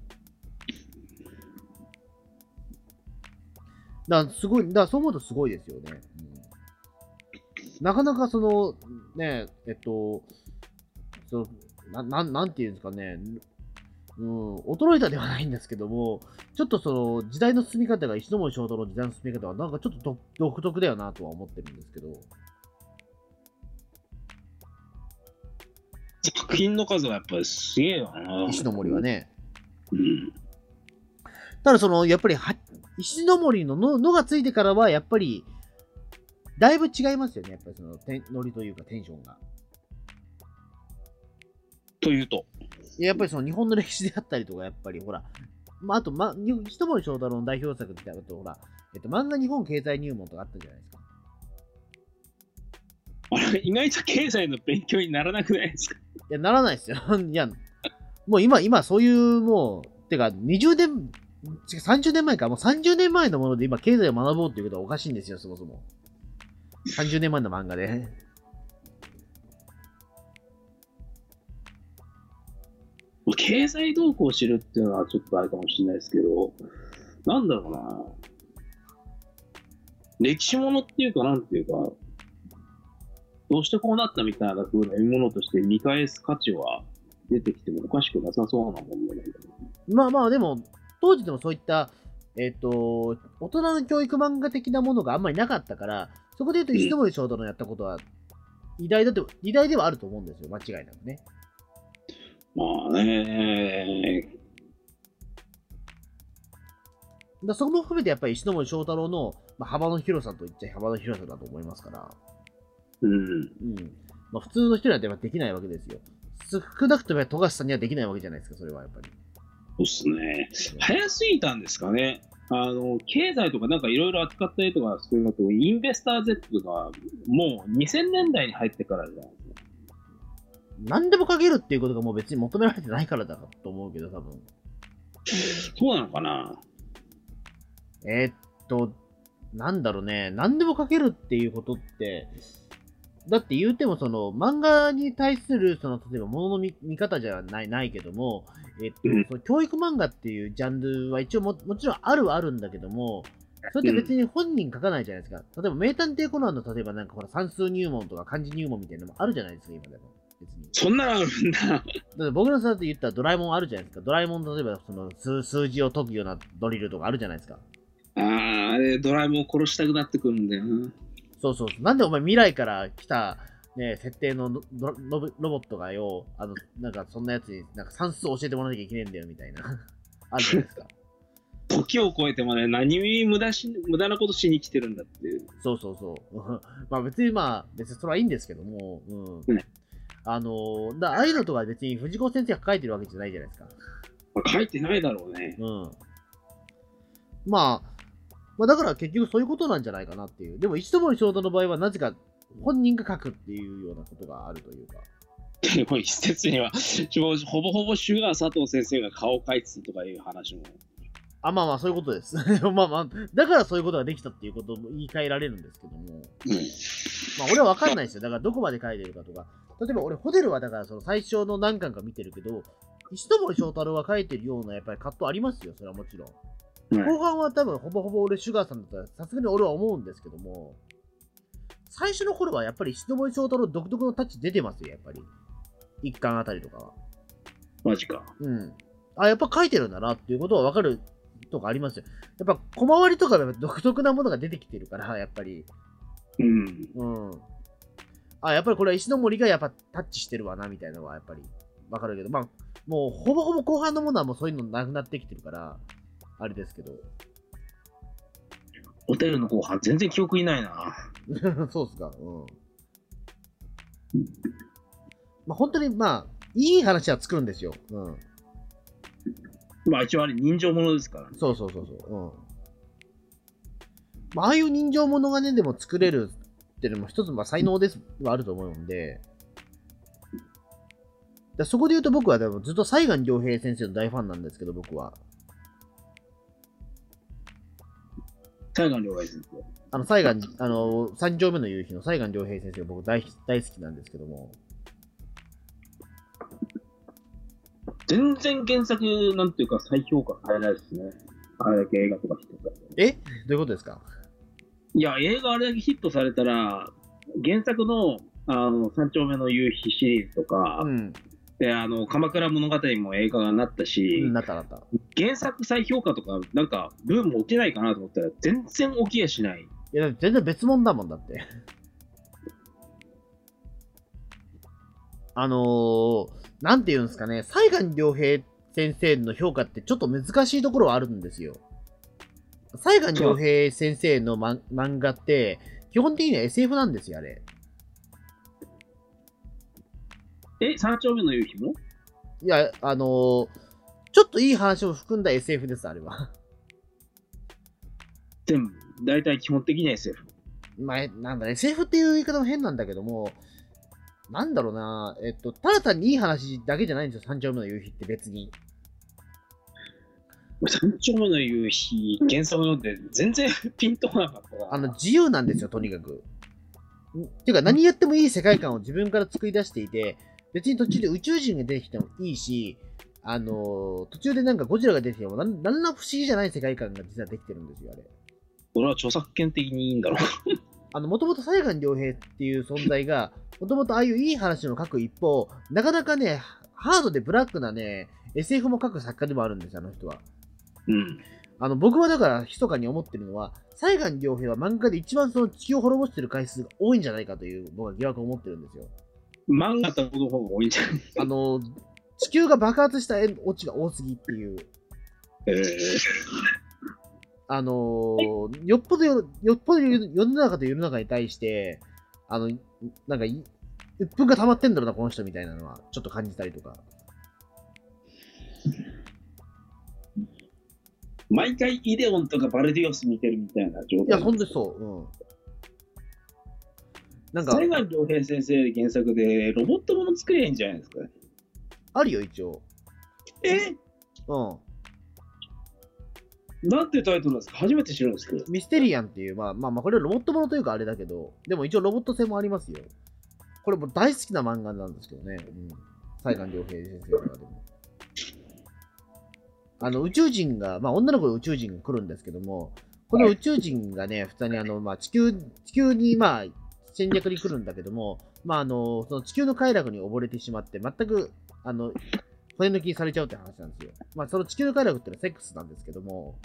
だから、すごい、だからそう思うとすごいですよね。うん、なかなかその、ね、えっと、その、な、ななんていうんですかね、うん、衰えたではないんですけども、ちょっとその時代の進み方が石森章太郎の時代の進み方はなんかちょっと独特だよなとは思ってるんですけど。 作品の数はやっぱりすげえよな。 石森はね。 うん。 ただその、やっぱりは、石森のののがついてからはやっぱり、だいぶ違いますよね。やっぱりその、ノリというかテンションが。 というと。 やっぱりその日本の歴史であったりとか、やっぱりほら、 まあ、あと、ま、に一森章太郎の代表作ってあると、ほら、えっと、漫画日本経済入門とかあったじゃないですか。 あれ、意外と経済の勉強にならなくないですか？ いや、ならないですよ。いや、もう今、今、そういう、もう、てか、にじゅうねん、違うさんじゅうねんまえか、もうさんじゅうねんまえのもので今、経済を学ぼうっていうことはおかしいんですよ、そもそも。さんじゅうねんまえの漫画で。 経済動向を知るっていうのはちょっとあれかもしれないですけど、なんだろうな。歴史ものっていうか、なんていうか、どうしてこうなったみたいな風なものとして見返す価値は出てきてもおかしくなさそうなもんだね。 まあまあ、でも、当時でもそういった、えっ、と、大人の教育漫画的なものがあんまりなかったから、そこで言うと石森章太郎のやったことは、偉大だって、偉大ではあると思うんですよ、間違いなくね。 まあね。 だそこも含めてやっぱり石森章太郎の、まあ、幅の広さといっちゃ幅の広さだと思いますから。 うん。 うん。まあ、普通の人にはやっぱできないわけですよ。少なくとも富樫さんにはできないわけじゃないですか、それはやっぱり。 そうっすね。早すぎたんですかね。あの、経済とかなんかいろいろ扱ったりとかするのと、インベスター Z がもうにせんねんだいに入ってからじゃないですか。 何でも書けるっていうことがもう別に求められてないからだと思うけど、多分。 そうなのかな。 えー、っと、なんだろうね。何でも書けるっていうことって、だって言うてもその漫画に対するその例えば物の見見方じゃないないけども、えっと、 うんその教育漫画っていうジャンルは一応 も, もちろんあるはあるんだけども、それって別に本人書かないじゃないですか。例えば名探偵コナンの例えばなんかほら算数入門とか漢字入門みたいなのもあるじゃないですか、今でも。別に。 そんなのあるんだ。 だって僕のさって言ったらドラえもんあるじゃないですか。ドラえもん例えばその 数, 数字を解くようなドリルとかあるじゃないですか。 ああ、あれドラえもんを殺したくなってくるんだよな。 そうそうそう。なんでお前未来から来たね、設定のロロロボットがよ、あの、なんかそんなやつになんか算数教えてもらわなきゃいけねえんだよみたいな。あるじゃないですか。 時を超えてもね、何に無駄し無駄なことしに来てるんだっていう。 そうそうそう。まあ別にまあ、別にそれはいいんですけども、うん。 ね、 あの、だああいうのとか別に藤子先生が書いてるわけじゃないじゃないですか。 まあ、書いてないだろうね。 うん。まあ、まあだから結局そういうことなんじゃないかなっていう。でも石森章太の場合はなぜか本人が書くっていうようなことがあるというか。 でも一説には、ほぼほぼシュガー佐藤先生が顔を描いてたとかいう話も。 あ、まあまあそういうことです。まあまあ、だからそういうことができたっていうことも言い換えられるんですけども。うん、まあ俺はわかんないですよ。だからどこまで書いてるかとか。例えば俺ホテルはだからその最初の何巻か見てるけど、石森章太郎が書いてるようなやっぱり葛藤ありますよ。それはもちろん。後半は多分ほぼほぼ俺シュガーさんだったらさすがに俺は思うんですけども、最初の頃はやっぱり石森章太郎独特のタッチ出てますよ、やっぱり。一巻あたりとかは。 マジか。 うん。あ、やっぱ書いてるんだなっていうことは分かるとかありますよ。やっぱ小回りとかで独特なものが出てきてるから、やっぱり。 うん。 うん。あ、やっぱりこれは石森がやっぱタッチしてるわな、みたいなのはやっぱり分かるけど、まあ、もうほぼほぼ後半のものはもうそういうのなくなってきてるから、あれですけど。 ホテルの後半全然記憶にないな。 そうっすか。うん。まあ本当にまあ、いい話は作るんですよ。うん。 まあ一応あれ人情ものですからね。 そうそうそうそう。うん。まあ、ああいう人情物がね、でも作れるっていうのも一つまあ才能ですはあると思うんで、だそこで言うと僕はでもずっと西岸良平先生の大ファンなんですけど、僕は。 西岸良平先生。 あの、西岸、あの、三丁目の夕日の西岸良平先生が僕大大好きなんですけども。 全然原作なんていうか再評価されないですね。あれだけ映画とかヒットされて。 えどういうことですか？ いや、映画あれだけヒットされたら、原作のあの三丁目の夕日シリーズとか、 うん。 で、あの、鎌倉物語も映画になったし、 うん、なったなった。 原作再評価とか、なんか、ブーム起きないかなと思ったら、全然起きやしない。 いや、全然別物だもんだって。あのー、なんて言うんですかね、西岸良平先生の評価ってちょっと難しいところはあるんですよ。西岸良平先生の、ま、漫画って、基本的には エスエフ なんですよ、あれ。 え、三丁目の夕日も？ いや、あのー、 ちょっといい話を含んだ エスエフ です、あれは。 全部、大体基本的には エスエフ。 まあ、なんだ、エスエフ っていう言い方も変なんだけども、なんだろうな、えっと、ただ単にいい話だけじゃないんですよ、三丁目の夕日って別に。 三丁目の夕日、原作読んで全然ピンとこなかったな。 あの、自由なんですよ、とにかく。っていうか、何やってもいい世界観を自分から作り出していて、別に途中で宇宙人が出てきてもいいし、あのー、途中でなんかゴジラが出てきても、なんなんら不思議じゃない世界観が実はできてるんですよ、あれ。 それは著作権的にいいんだろう。 あの、もともと西岸良平っていう存在が、もともとああいういい話の書く一方、なかなかね、ハードでブラックなね、エスエフ も書く作家でもあるんですよ、あの人は。 うん。 あの、僕はだから、密かに思ってるのは、西岸良平は漫画で一番その地球を滅ぼしてる回数が多いんじゃないかという、僕は疑惑を持ってるんですよ。 漫画との方が多いんじゃない？ あの、地球が爆発したオチが多すぎっていう。 えー、 あのー、よっぽどよ、よっぽど世の中と世の中に対して、あの、なんか、鬱憤が溜まってんだろうな、この人みたいなのは、ちょっと感じたりとか。 毎回イデオンとかバルディオス見てるみたいな状態。 いや、ほんとにそう。うん。なんか、 西岸良平先生原作でロボットもの作れへんじゃないですか。 あるよ、一応。 えうん。 なんてタイトルなんですか？初めて知るんですけど。 ミステリアンっていう、まあまあまあ、これはロボットものというかあれだけど、でも一応ロボット性もありますよ。これも大好きな漫画なんですけどね。うん。西岸良平先生の中でも。あの、宇宙人が、まあ女の子の宇宙人が来るんですけども、この宇宙人がね、普通にあの、まあ地球、地球にまあ戦略に来るんだけども、まああの、その地球の快楽に溺れてしまって、全く、あの、骨抜きにされちゃうって話なんですよ。まあその地球の快楽っていうのはセックスなんですけども、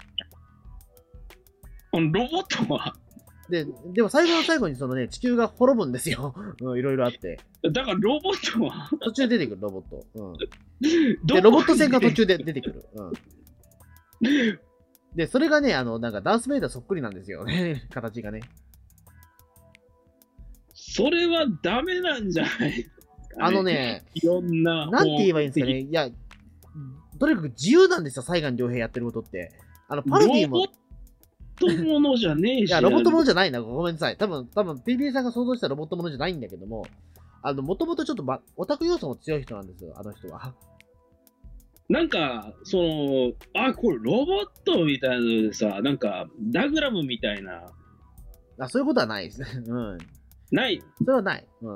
ロボットはで、でも最後の最後にそのね、地球が滅ぶんですよ。うん、いろいろあって。 だからロボットは途中で出てくる、ロボット。うん。 どで、ロボット戦が途中で出てくる。うん。で、それがね、あの、なんかダース・ベイダーそっくりなんですよね。形がね。 それはダメなんじゃないですか、ね、 あのね、 いろんな。 なんて言えばいいんですかね。いや、とにかく自由なんですよ、西岸良平やってることって。あの、パロディも。 ロボットものじゃねえし。 いや、ロボットものじゃないな。ごめんなさい。多分、多分、ピーピー さんが想像したロボットものじゃないんだけども、あの、もともとちょっと、ま、オタク要素も強い人なんですよ、あの人は。 なんか、その、あ、これロボットみたいなのでさ、なんか、ダグラムみたいな。 あ、そういうことはないですね。うん。 ないそれはない。うん。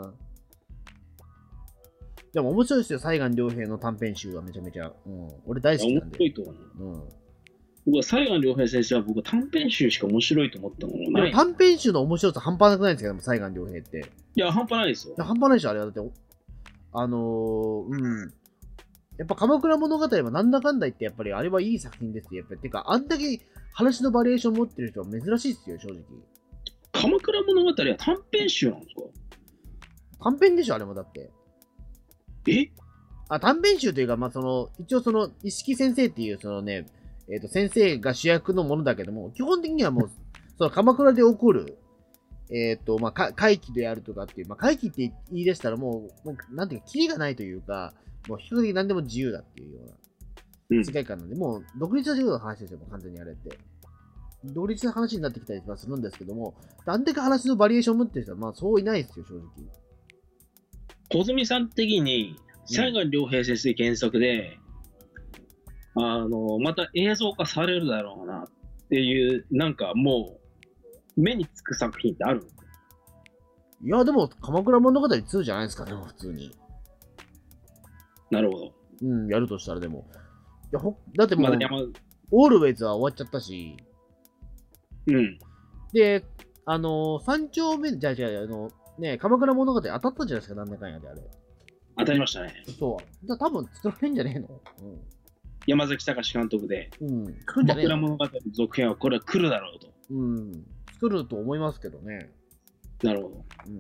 でも面白いですよ、西岸良平の短編集はめちゃめちゃ。うん。俺大好きなんで。 面白いと思う。 うん。 僕は西岸良平先生は僕は短編集しか面白いと思ったものない。 短編集の面白さ半端なくないんですけど、西岸良平って。 いや、半端ないですよ。 いや半端ないでしょ、あれは。だって、あのー、うん。やっぱ鎌倉物語はなんだかんだ言って、やっぱりあれはいい作品ですよ。やっぱり。てか、あんだけ話のバリエーション持ってる人は珍しいですよ、正直。 鎌倉物語は短編集なんですか？ 短編でしょ、あれもだって。 えあ、短編集というか、まあ、その、一応その、一色先生っていう、そのね、えっ、ー、と、先生が主役のものだけども、基本的にはもう、その鎌倉で起こる、えっ、ー、と、まあ、怪奇であるとかっていう、まあ、怪奇って言い出したらもう、もうなんていうか、キリがないというか、もう比較的何でも自由だっていうような世界観なんで、うん、もう、独立した仕事の話ですよ、もう完全にあれって。独立の話になってきたりはするんですけども、あんだけ話のバリエーションを持ってる人は、まあ、そういないですよ、正直。 小泉さん的に、西岸良平先生原作で、うん、あの、また映像化されるだろうなっていう、なんかもう、目につく作品ってあるんですか？ いや、でも、鎌倉物語ツーじゃないですか、でも、普通に。 なるほど。 うん、やるとしたらでも。いやほだってもう、 まだオールウェイズは終わっちゃったし。 うん。 で、あのー、三丁目、じゃあじゃあ、あの、ね、鎌倉物語当たったんじゃないですか、なんだかんやで、あれ。 当たりましたね。 そう。だ多分作られんじゃねえの？うん。 山崎隆監督で、 うん。 鎌倉物語の続編はこれは来るだろうと。 うん。作ると思いますけどね。 なるほど。 うん。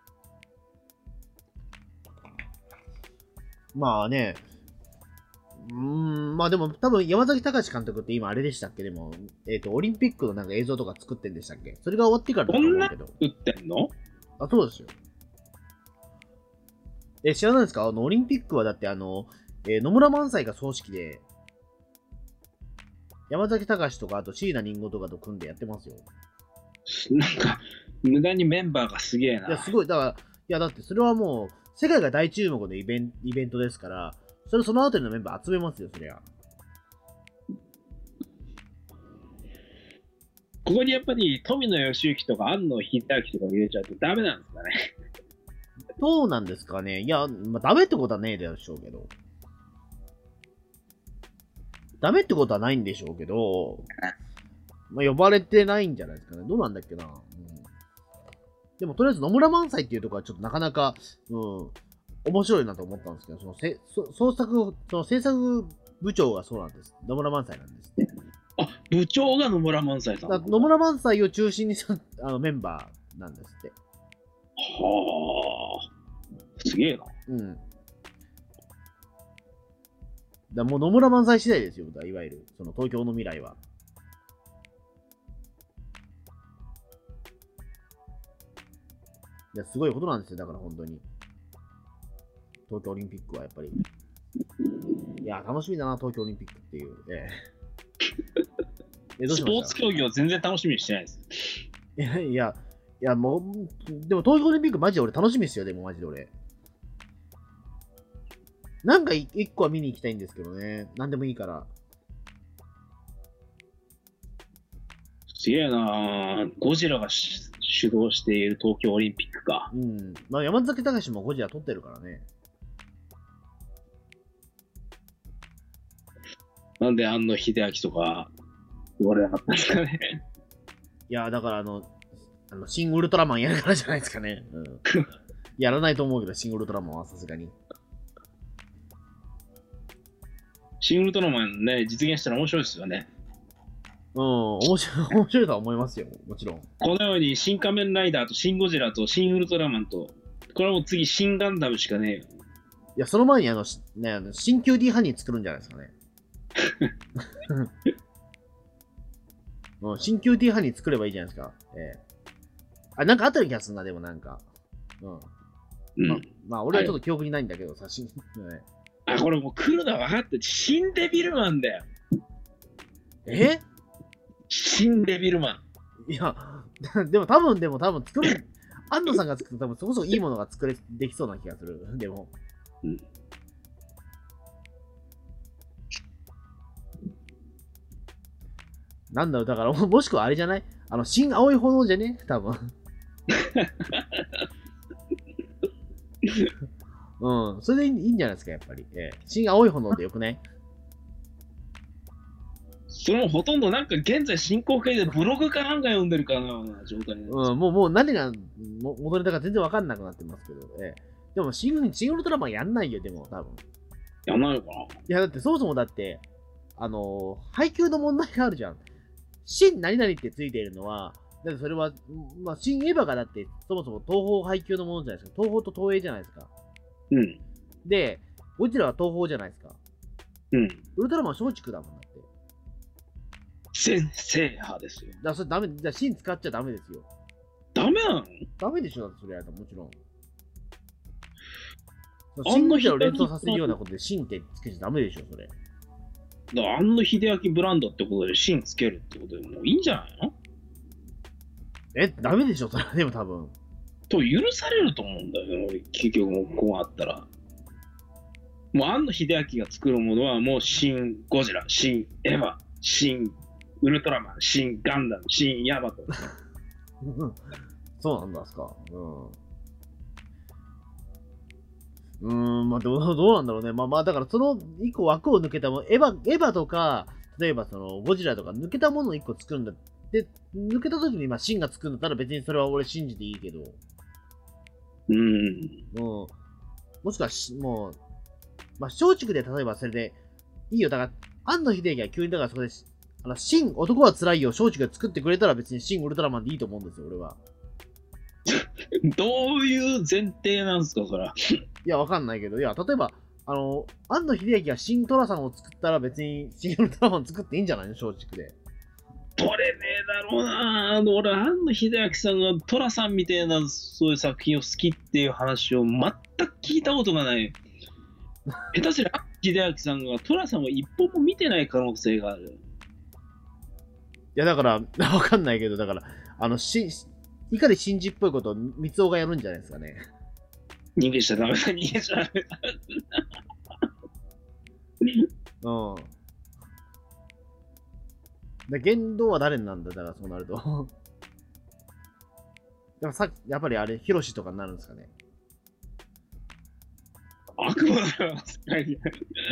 まあね、うーん、まあでも多分山崎隆監督って今あれでしたっけ？でも、えっ、ー、と、オリンピックのなんか映像とか作ってんでしたっけ？それが終わってからだと思うけど。 こんな作ってんの？ あ、そうですよ。え、知らないですか？あの、オリンピックはだってあの、えー、野村萬斎が葬式で、 山崎隆とか、あと椎名林檎とかと組んでやってますよ。 なんか、無駄にメンバーがすげえな。 いや、すごい。だから、いや、だってそれはもう、世界が大注目のイベンイベントですから、それそのあたりのメンバー集めますよ、そりゃ。 ここにやっぱり富野義行とか庵野秀明とか入れちゃうとダメなんですかね。 どうなんですかね。いや、まあ、ダメってことはねえでしょうけど。ダメってことはないんでしょうけど、まあ、呼ばれてないんじゃないですかね。どうなんだっけな。うん、でも、とりあえず野村萬斎っていうところはちょっとなかなか、うん、面白いなと思ったんですけど、そのせそ創作、その制作部長がそうなんです。野村萬斎なんですって。 あ、部長が野村萬斎さん。 だ野村萬斎を中心にしたあのメンバーなんですって。 はあ、すげえな。 うん。だもう野村萬斎次第ですよ、いわゆる、その東京の未来は。いや、すごいことなんですよ、だから本当に。東京オリンピックはやっぱり。いや、楽しみだな、東京オリンピックっていう。ええ、えどうしました？ スポーツ競技を全然楽しみにしてないです。 いや、いや、いやもう、でも東京オリンピックマジで俺楽しみですよ、でもマジで俺。なんか一個は見に行きたいんですけどね。なんでもいいから。 すげえなぁ。ゴジラが主導している東京オリンピックか。 うん。まあ山崎隆もゴジラ撮ってるからね。 なんで庵野秀明とか言われなかったんですかね。 いや、だからあの、あのシン・ウルトラマンやるからじゃないですかね。うん、やらないと思うけど、シン・ウルトラマンはさすがに。 シン・ウルトラマンね、実現したら面白いですよね。 うん、面白い、面白いとは思いますよ、もちろん。 このように、新仮面ライダーとシン・ゴジラとシン・ウルトラマンと、これはもう次、シン・ガンダムしかねえよ。 いや、その前にあの、ね、あの新 キューディー ハニー作るんじゃないですかね。うん、新 キューティー ハニー作ればいいじゃないですか。ええ。あ、なんかあったような気がするな、でもなんか。うん。 うん。 ま、まあ、俺はちょっと記憶にないんだけどさ、新、ね、 あ、これもう来るのは分かって、新デビルマンだよ。 え新デビルマいや、でも多分、でも多分作る、安藤さんが作った多分そこそこいいものが作れ、できそうな気がする。でも。 ン。うん。 なんだろう、だから、もしくはあれじゃないあの、新青い炎じゃね多分。うん、それでいいんじゃないですか、やっぱり。ええ、新青い炎でよくね。 それもほとんどなんか現在進行形でブログかなんか読んでるかのような状態で、 うん、もう、もう何がも戻れたか全然わかんなくなってますけど、ええ、でもシン、シン・ウルトラマンやんないよ、でも、多分。 やんないのかな。 いや、だってそもそもだって、あのー、配給の問題があるじゃん。新何々ってついているのは、だってそれは、まあ、新エヴァがだって、そもそも東宝配給のものじゃないですか。東宝と東映じゃないですか。 うん。 で、ゴジラは東宝じゃないですか。 うん。 ウルトラマン松竹だもんだって。 全制覇ですよ。 だからそれダメ、じゃあ新使っちゃダメですよ。 ダメなの？ ダメでしょ、だってそれやったらもちろん。新ゴジラを連想させるようなことで新ってつけちゃダメでしょ、それ。 だから庵野秀明ブランドってことで新つけるってことでもういいんじゃないの？ え、ダメでしょ、それはでも多分。 と許されると思うんだよ、結局もうこうあったら。もう庵野秀明が作るものはもう新ゴジラ、新エヴァ、新ウルトラマン、新ガンダム、新ヤマト。 そうなんですか。うん。うーん、まあどう、どうなんだろうね。まあまあ、だからその一個枠を抜けたもの、エヴァ、エヴァとか、例えばそのゴジラとか抜けたものを一個作るんだって、抜けた時にまあシンが作るんだったら別にそれは俺信じていいけど。 うん。 もう、もしくはし、もう、まあ松竹で例えばそれで、いいよ。だから、庵野秀明が急にだからそこで、あの、シン、男は辛いよ、松竹が作ってくれたら別にシン・ウルトラマンでいいと思うんですよ、俺は。 どういう前提なんですか、それは。 いや、わかんないけど、いや、例えば、あの、庵野秀明がシン・トラさんを作ったら別にシン・ウルトラマン作っていいんじゃないの、松竹で。 取れねえだろうな。あの、俺、庵野秀明さんがトラさんみたいな、そういう作品を好きっていう話を全く聞いたことがない。下手すりゃ、庵野秀明さんがトラさんを一本も見てない可能性がある。 や、だから、わかんないけど、だから、あの、し、いかに信じっぽいことを三尾がやるんじゃないですかね。 逃げちゃダメだ、逃げちゃダメだ。 うん。で、言動は誰なんだ、だからそうなると。でもさやっぱりあれ、ヒロシとかになるんですかね。 悪魔だよ、世界に。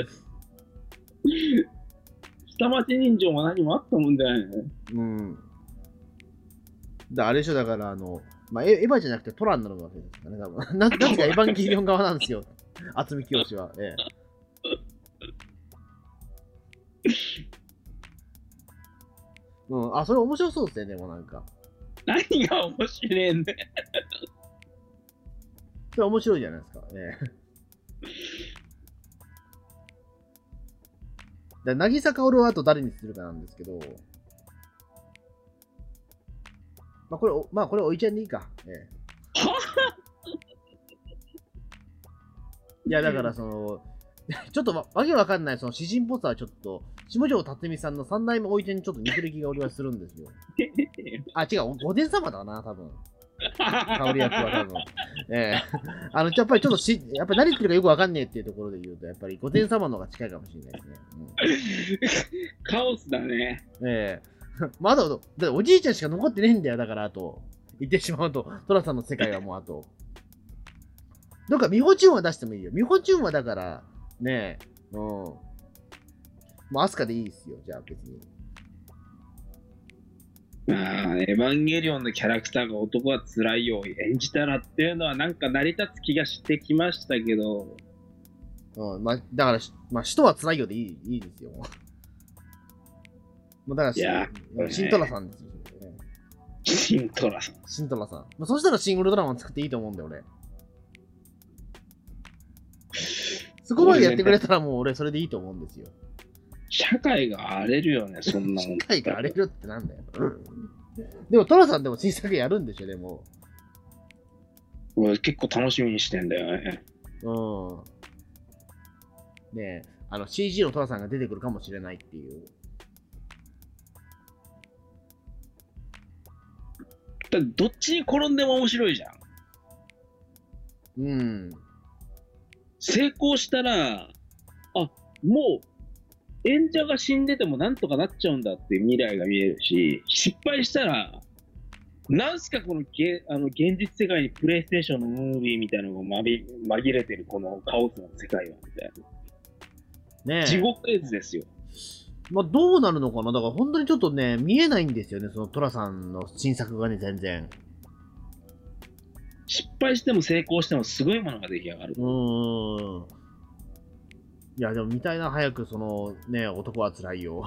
下町人情も何もあったもんだよね。 うん。だあれでしょ、だからあの、まあ、エエヴァじゃなくてトラになるわけですかね、多分。な、なんかエヴァンゲリオン側なんですよ。渥美清は。ええ。うん、あ、それ面白そうですね、でもなんか。 何が面白いんだよ。 それ面白いじゃないですか。ええ。だ渚薫はあと誰にするかなんですけど、まあこれ、まあこれおいちゃんでいいか。ええ。いやだからその、ちょっとわわけわかんないその詩人っぽさはちょっと、下條辰巳さんの三代目おいちゃんにちょっと似てる気が俺はするんですよ。あ、違う、御殿様だな、多分。香り役は多分。ええあの、やっぱりちょっとし、やっぱり何言ってるかよくわかんねえっていうところで言うと、やっぱり御殿様の方が近いかもしれないですね。 うん、カオスだね。 ええまだ、だっておじいちゃんしか残ってねえんだよ、だからあと。言ってしまうと、トラさんの世界はもうあと。どっかミホチューンは出してもいいよ。ミホチューンはだから、ねえ、うん。もうアスカでいいですよ、じゃあ別に。 まあ、エヴァンゲリオンのキャラクターが男は辛いよを演じたらっていうのはなんか成り立つ気がしてきましたけど。 うん、まあ、だから、まあ、使徒は辛いよでいいいいですよ。もうだから、 いやシントラさんですよ、ね。 シントラさん。 シントラさん。まあ、そしたらシングルドラマ作っていいと思うんだよ、俺。そこまでやってくれたらもう俺それでいいと思うんですよ。 社会が荒れるよね、そんなもん。 社会が荒れるってなんだよ。でも、トラさんでも新作やるんでしょ、でも。 俺結構楽しみにしてんだよね。 うん。ねえ、あの シージー のトラさんが出てくるかもしれないっていう。 だどっちに転んでも面白いじゃん。 うん。 成功したら、あ、もう、演者が死んでてもなんとかなっちゃうんだっていう未来が見えるし、失敗したら、なんすかこのげあの現実世界にプレイステーションのムービーみたいなのがまび紛れてるこのカオスな世界はみたいな。 ねえ。 地獄絵図ですよ。 まあ、どうなるのかな。だから本当にちょっとね、見えないんですよね、そのトラさんの新作がね、全然。 失敗しても成功してもすごいものが出来上がる。 うーん。いや、でも見たいな、早くその、ね、男は辛いよ。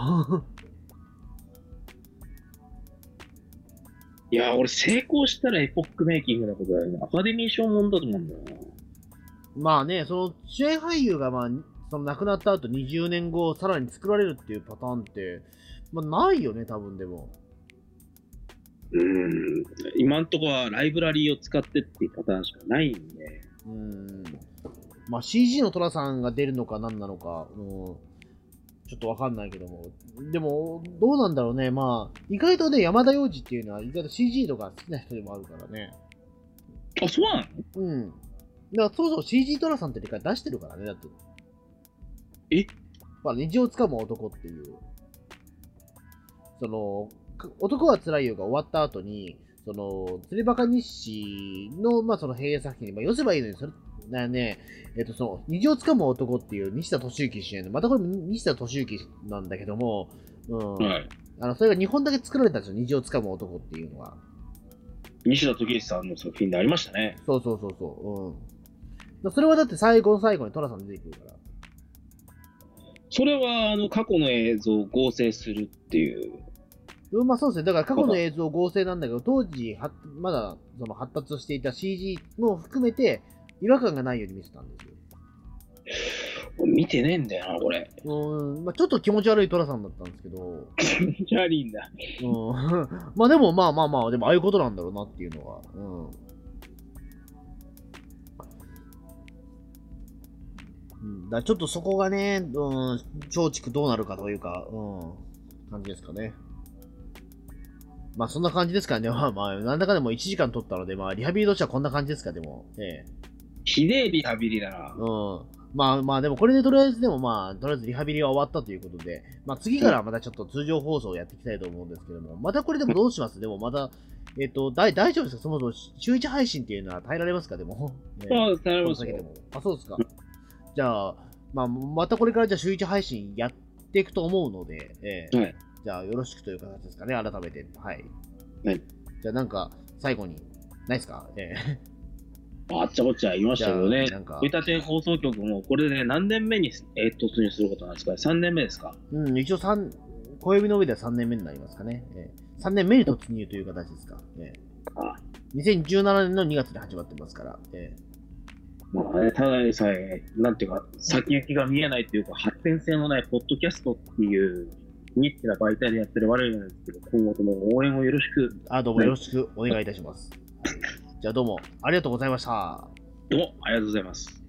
いや、俺成功したらエポックメイキングなことだよね。アカデミー賞もんだと思うんだよな。 まあね、その主演俳優がまあ、その亡くなった後にじゅうねんご、さらに作られるっていうパターンって、まあないよね、多分でも。 うーん。今んとこはライブラリーを使ってっていうパターンしかないんで。 うーん。まあ シージー のトラさんが出るのか何なのか、うん、ちょっとわかんないけども。でも、どうなんだろうね。まあ、意外とね、山田洋次っていうのは意外と シージー とか好きな人でもあるからね。 あ、そうなの？ うん。だからそもそも シージー トラさんって出してるからね、だって。 え？ まあ、虹をつかむ男っていう。その、男は辛いよが終わった後に、その、釣りバカ日誌の、まあ、その平野作品に、まあ、寄せばいいのに、それ、だね、えっと、その、虹をつかむ男っていう西田敏行主演の、またこれ西田敏行なんだけども、うん。 はい。 あの、それがにほんだけ作られたんですよ、虹をつかむ男っていうのは。 西田時さんの作品でありましたね。 そうそうそうそう。うん。それはだって最後の最後にトラさん出てくるから。 それは、あの、過去の映像を合成するっていう。 うん、まあそうですね。だから過去の映像合成なんだけど、当時は、まだその発達していた シージー も含めて、違和感がないように見せたんですよ。 見てねえんだよな、これ。 うん、まあちょっと気持ち悪いトラさんだったんですけど。 気持ち悪いんだ。 うん。まあでもまあまあまあ、でもああいうことなんだろうなっていうのは。うん。うん、だからちょっとそこがね、うん、松竹どうなるかというか、うん、感じですかね。 まあそんな感じですかね。まあまあ、なんだかでもいちじかん取ったので、まあリハビリとしてはこんな感じですか、でも。ええ。 ひでえリハビリだな。 うん。まあまあ、でもこれでとりあえずでもまあ、とりあえずリハビリは終わったということで、まあ次からまたちょっと通常放送をやっていきたいと思うんですけども、またこれでもどうします、でもまた、えっ、と、大大丈夫ですか、そもそも週一配信っていうのは耐えられますか、でも。ね、 そう、頼みますよ。 この先でも。あ、そうですか。じゃあ、まあ、またこれからじゃあ週一配信やっていくと思うので、えーはい。 じゃあよろしくという形ですかね、改めて。はい。 はい。 じゃあなんか、最後に、ないですか、えあっちゃこっちゃ言いましたけどねじゃあなんか。 追い立て放送局も、これでね、何年目に、えー突入することなんですか ?さん 年目ですか？ ーうん、一応三小指の上ではさんねんめになりますかね。えー、さんねんめに突入という形ですか。えあー、にせんじゅうななねんのにがつに始まってますから。えまあね、ただでさえ、なんていうか、先行きが見えないというか、発展性のないポッドキャストっていう、ニッチな媒体でやってる我々なんですけど、今後とも応援をよろしく。 ー、あ、どうもよろしくお願いいたします。はい、じゃあどうもありがとうございました。 どうもありがとうございます。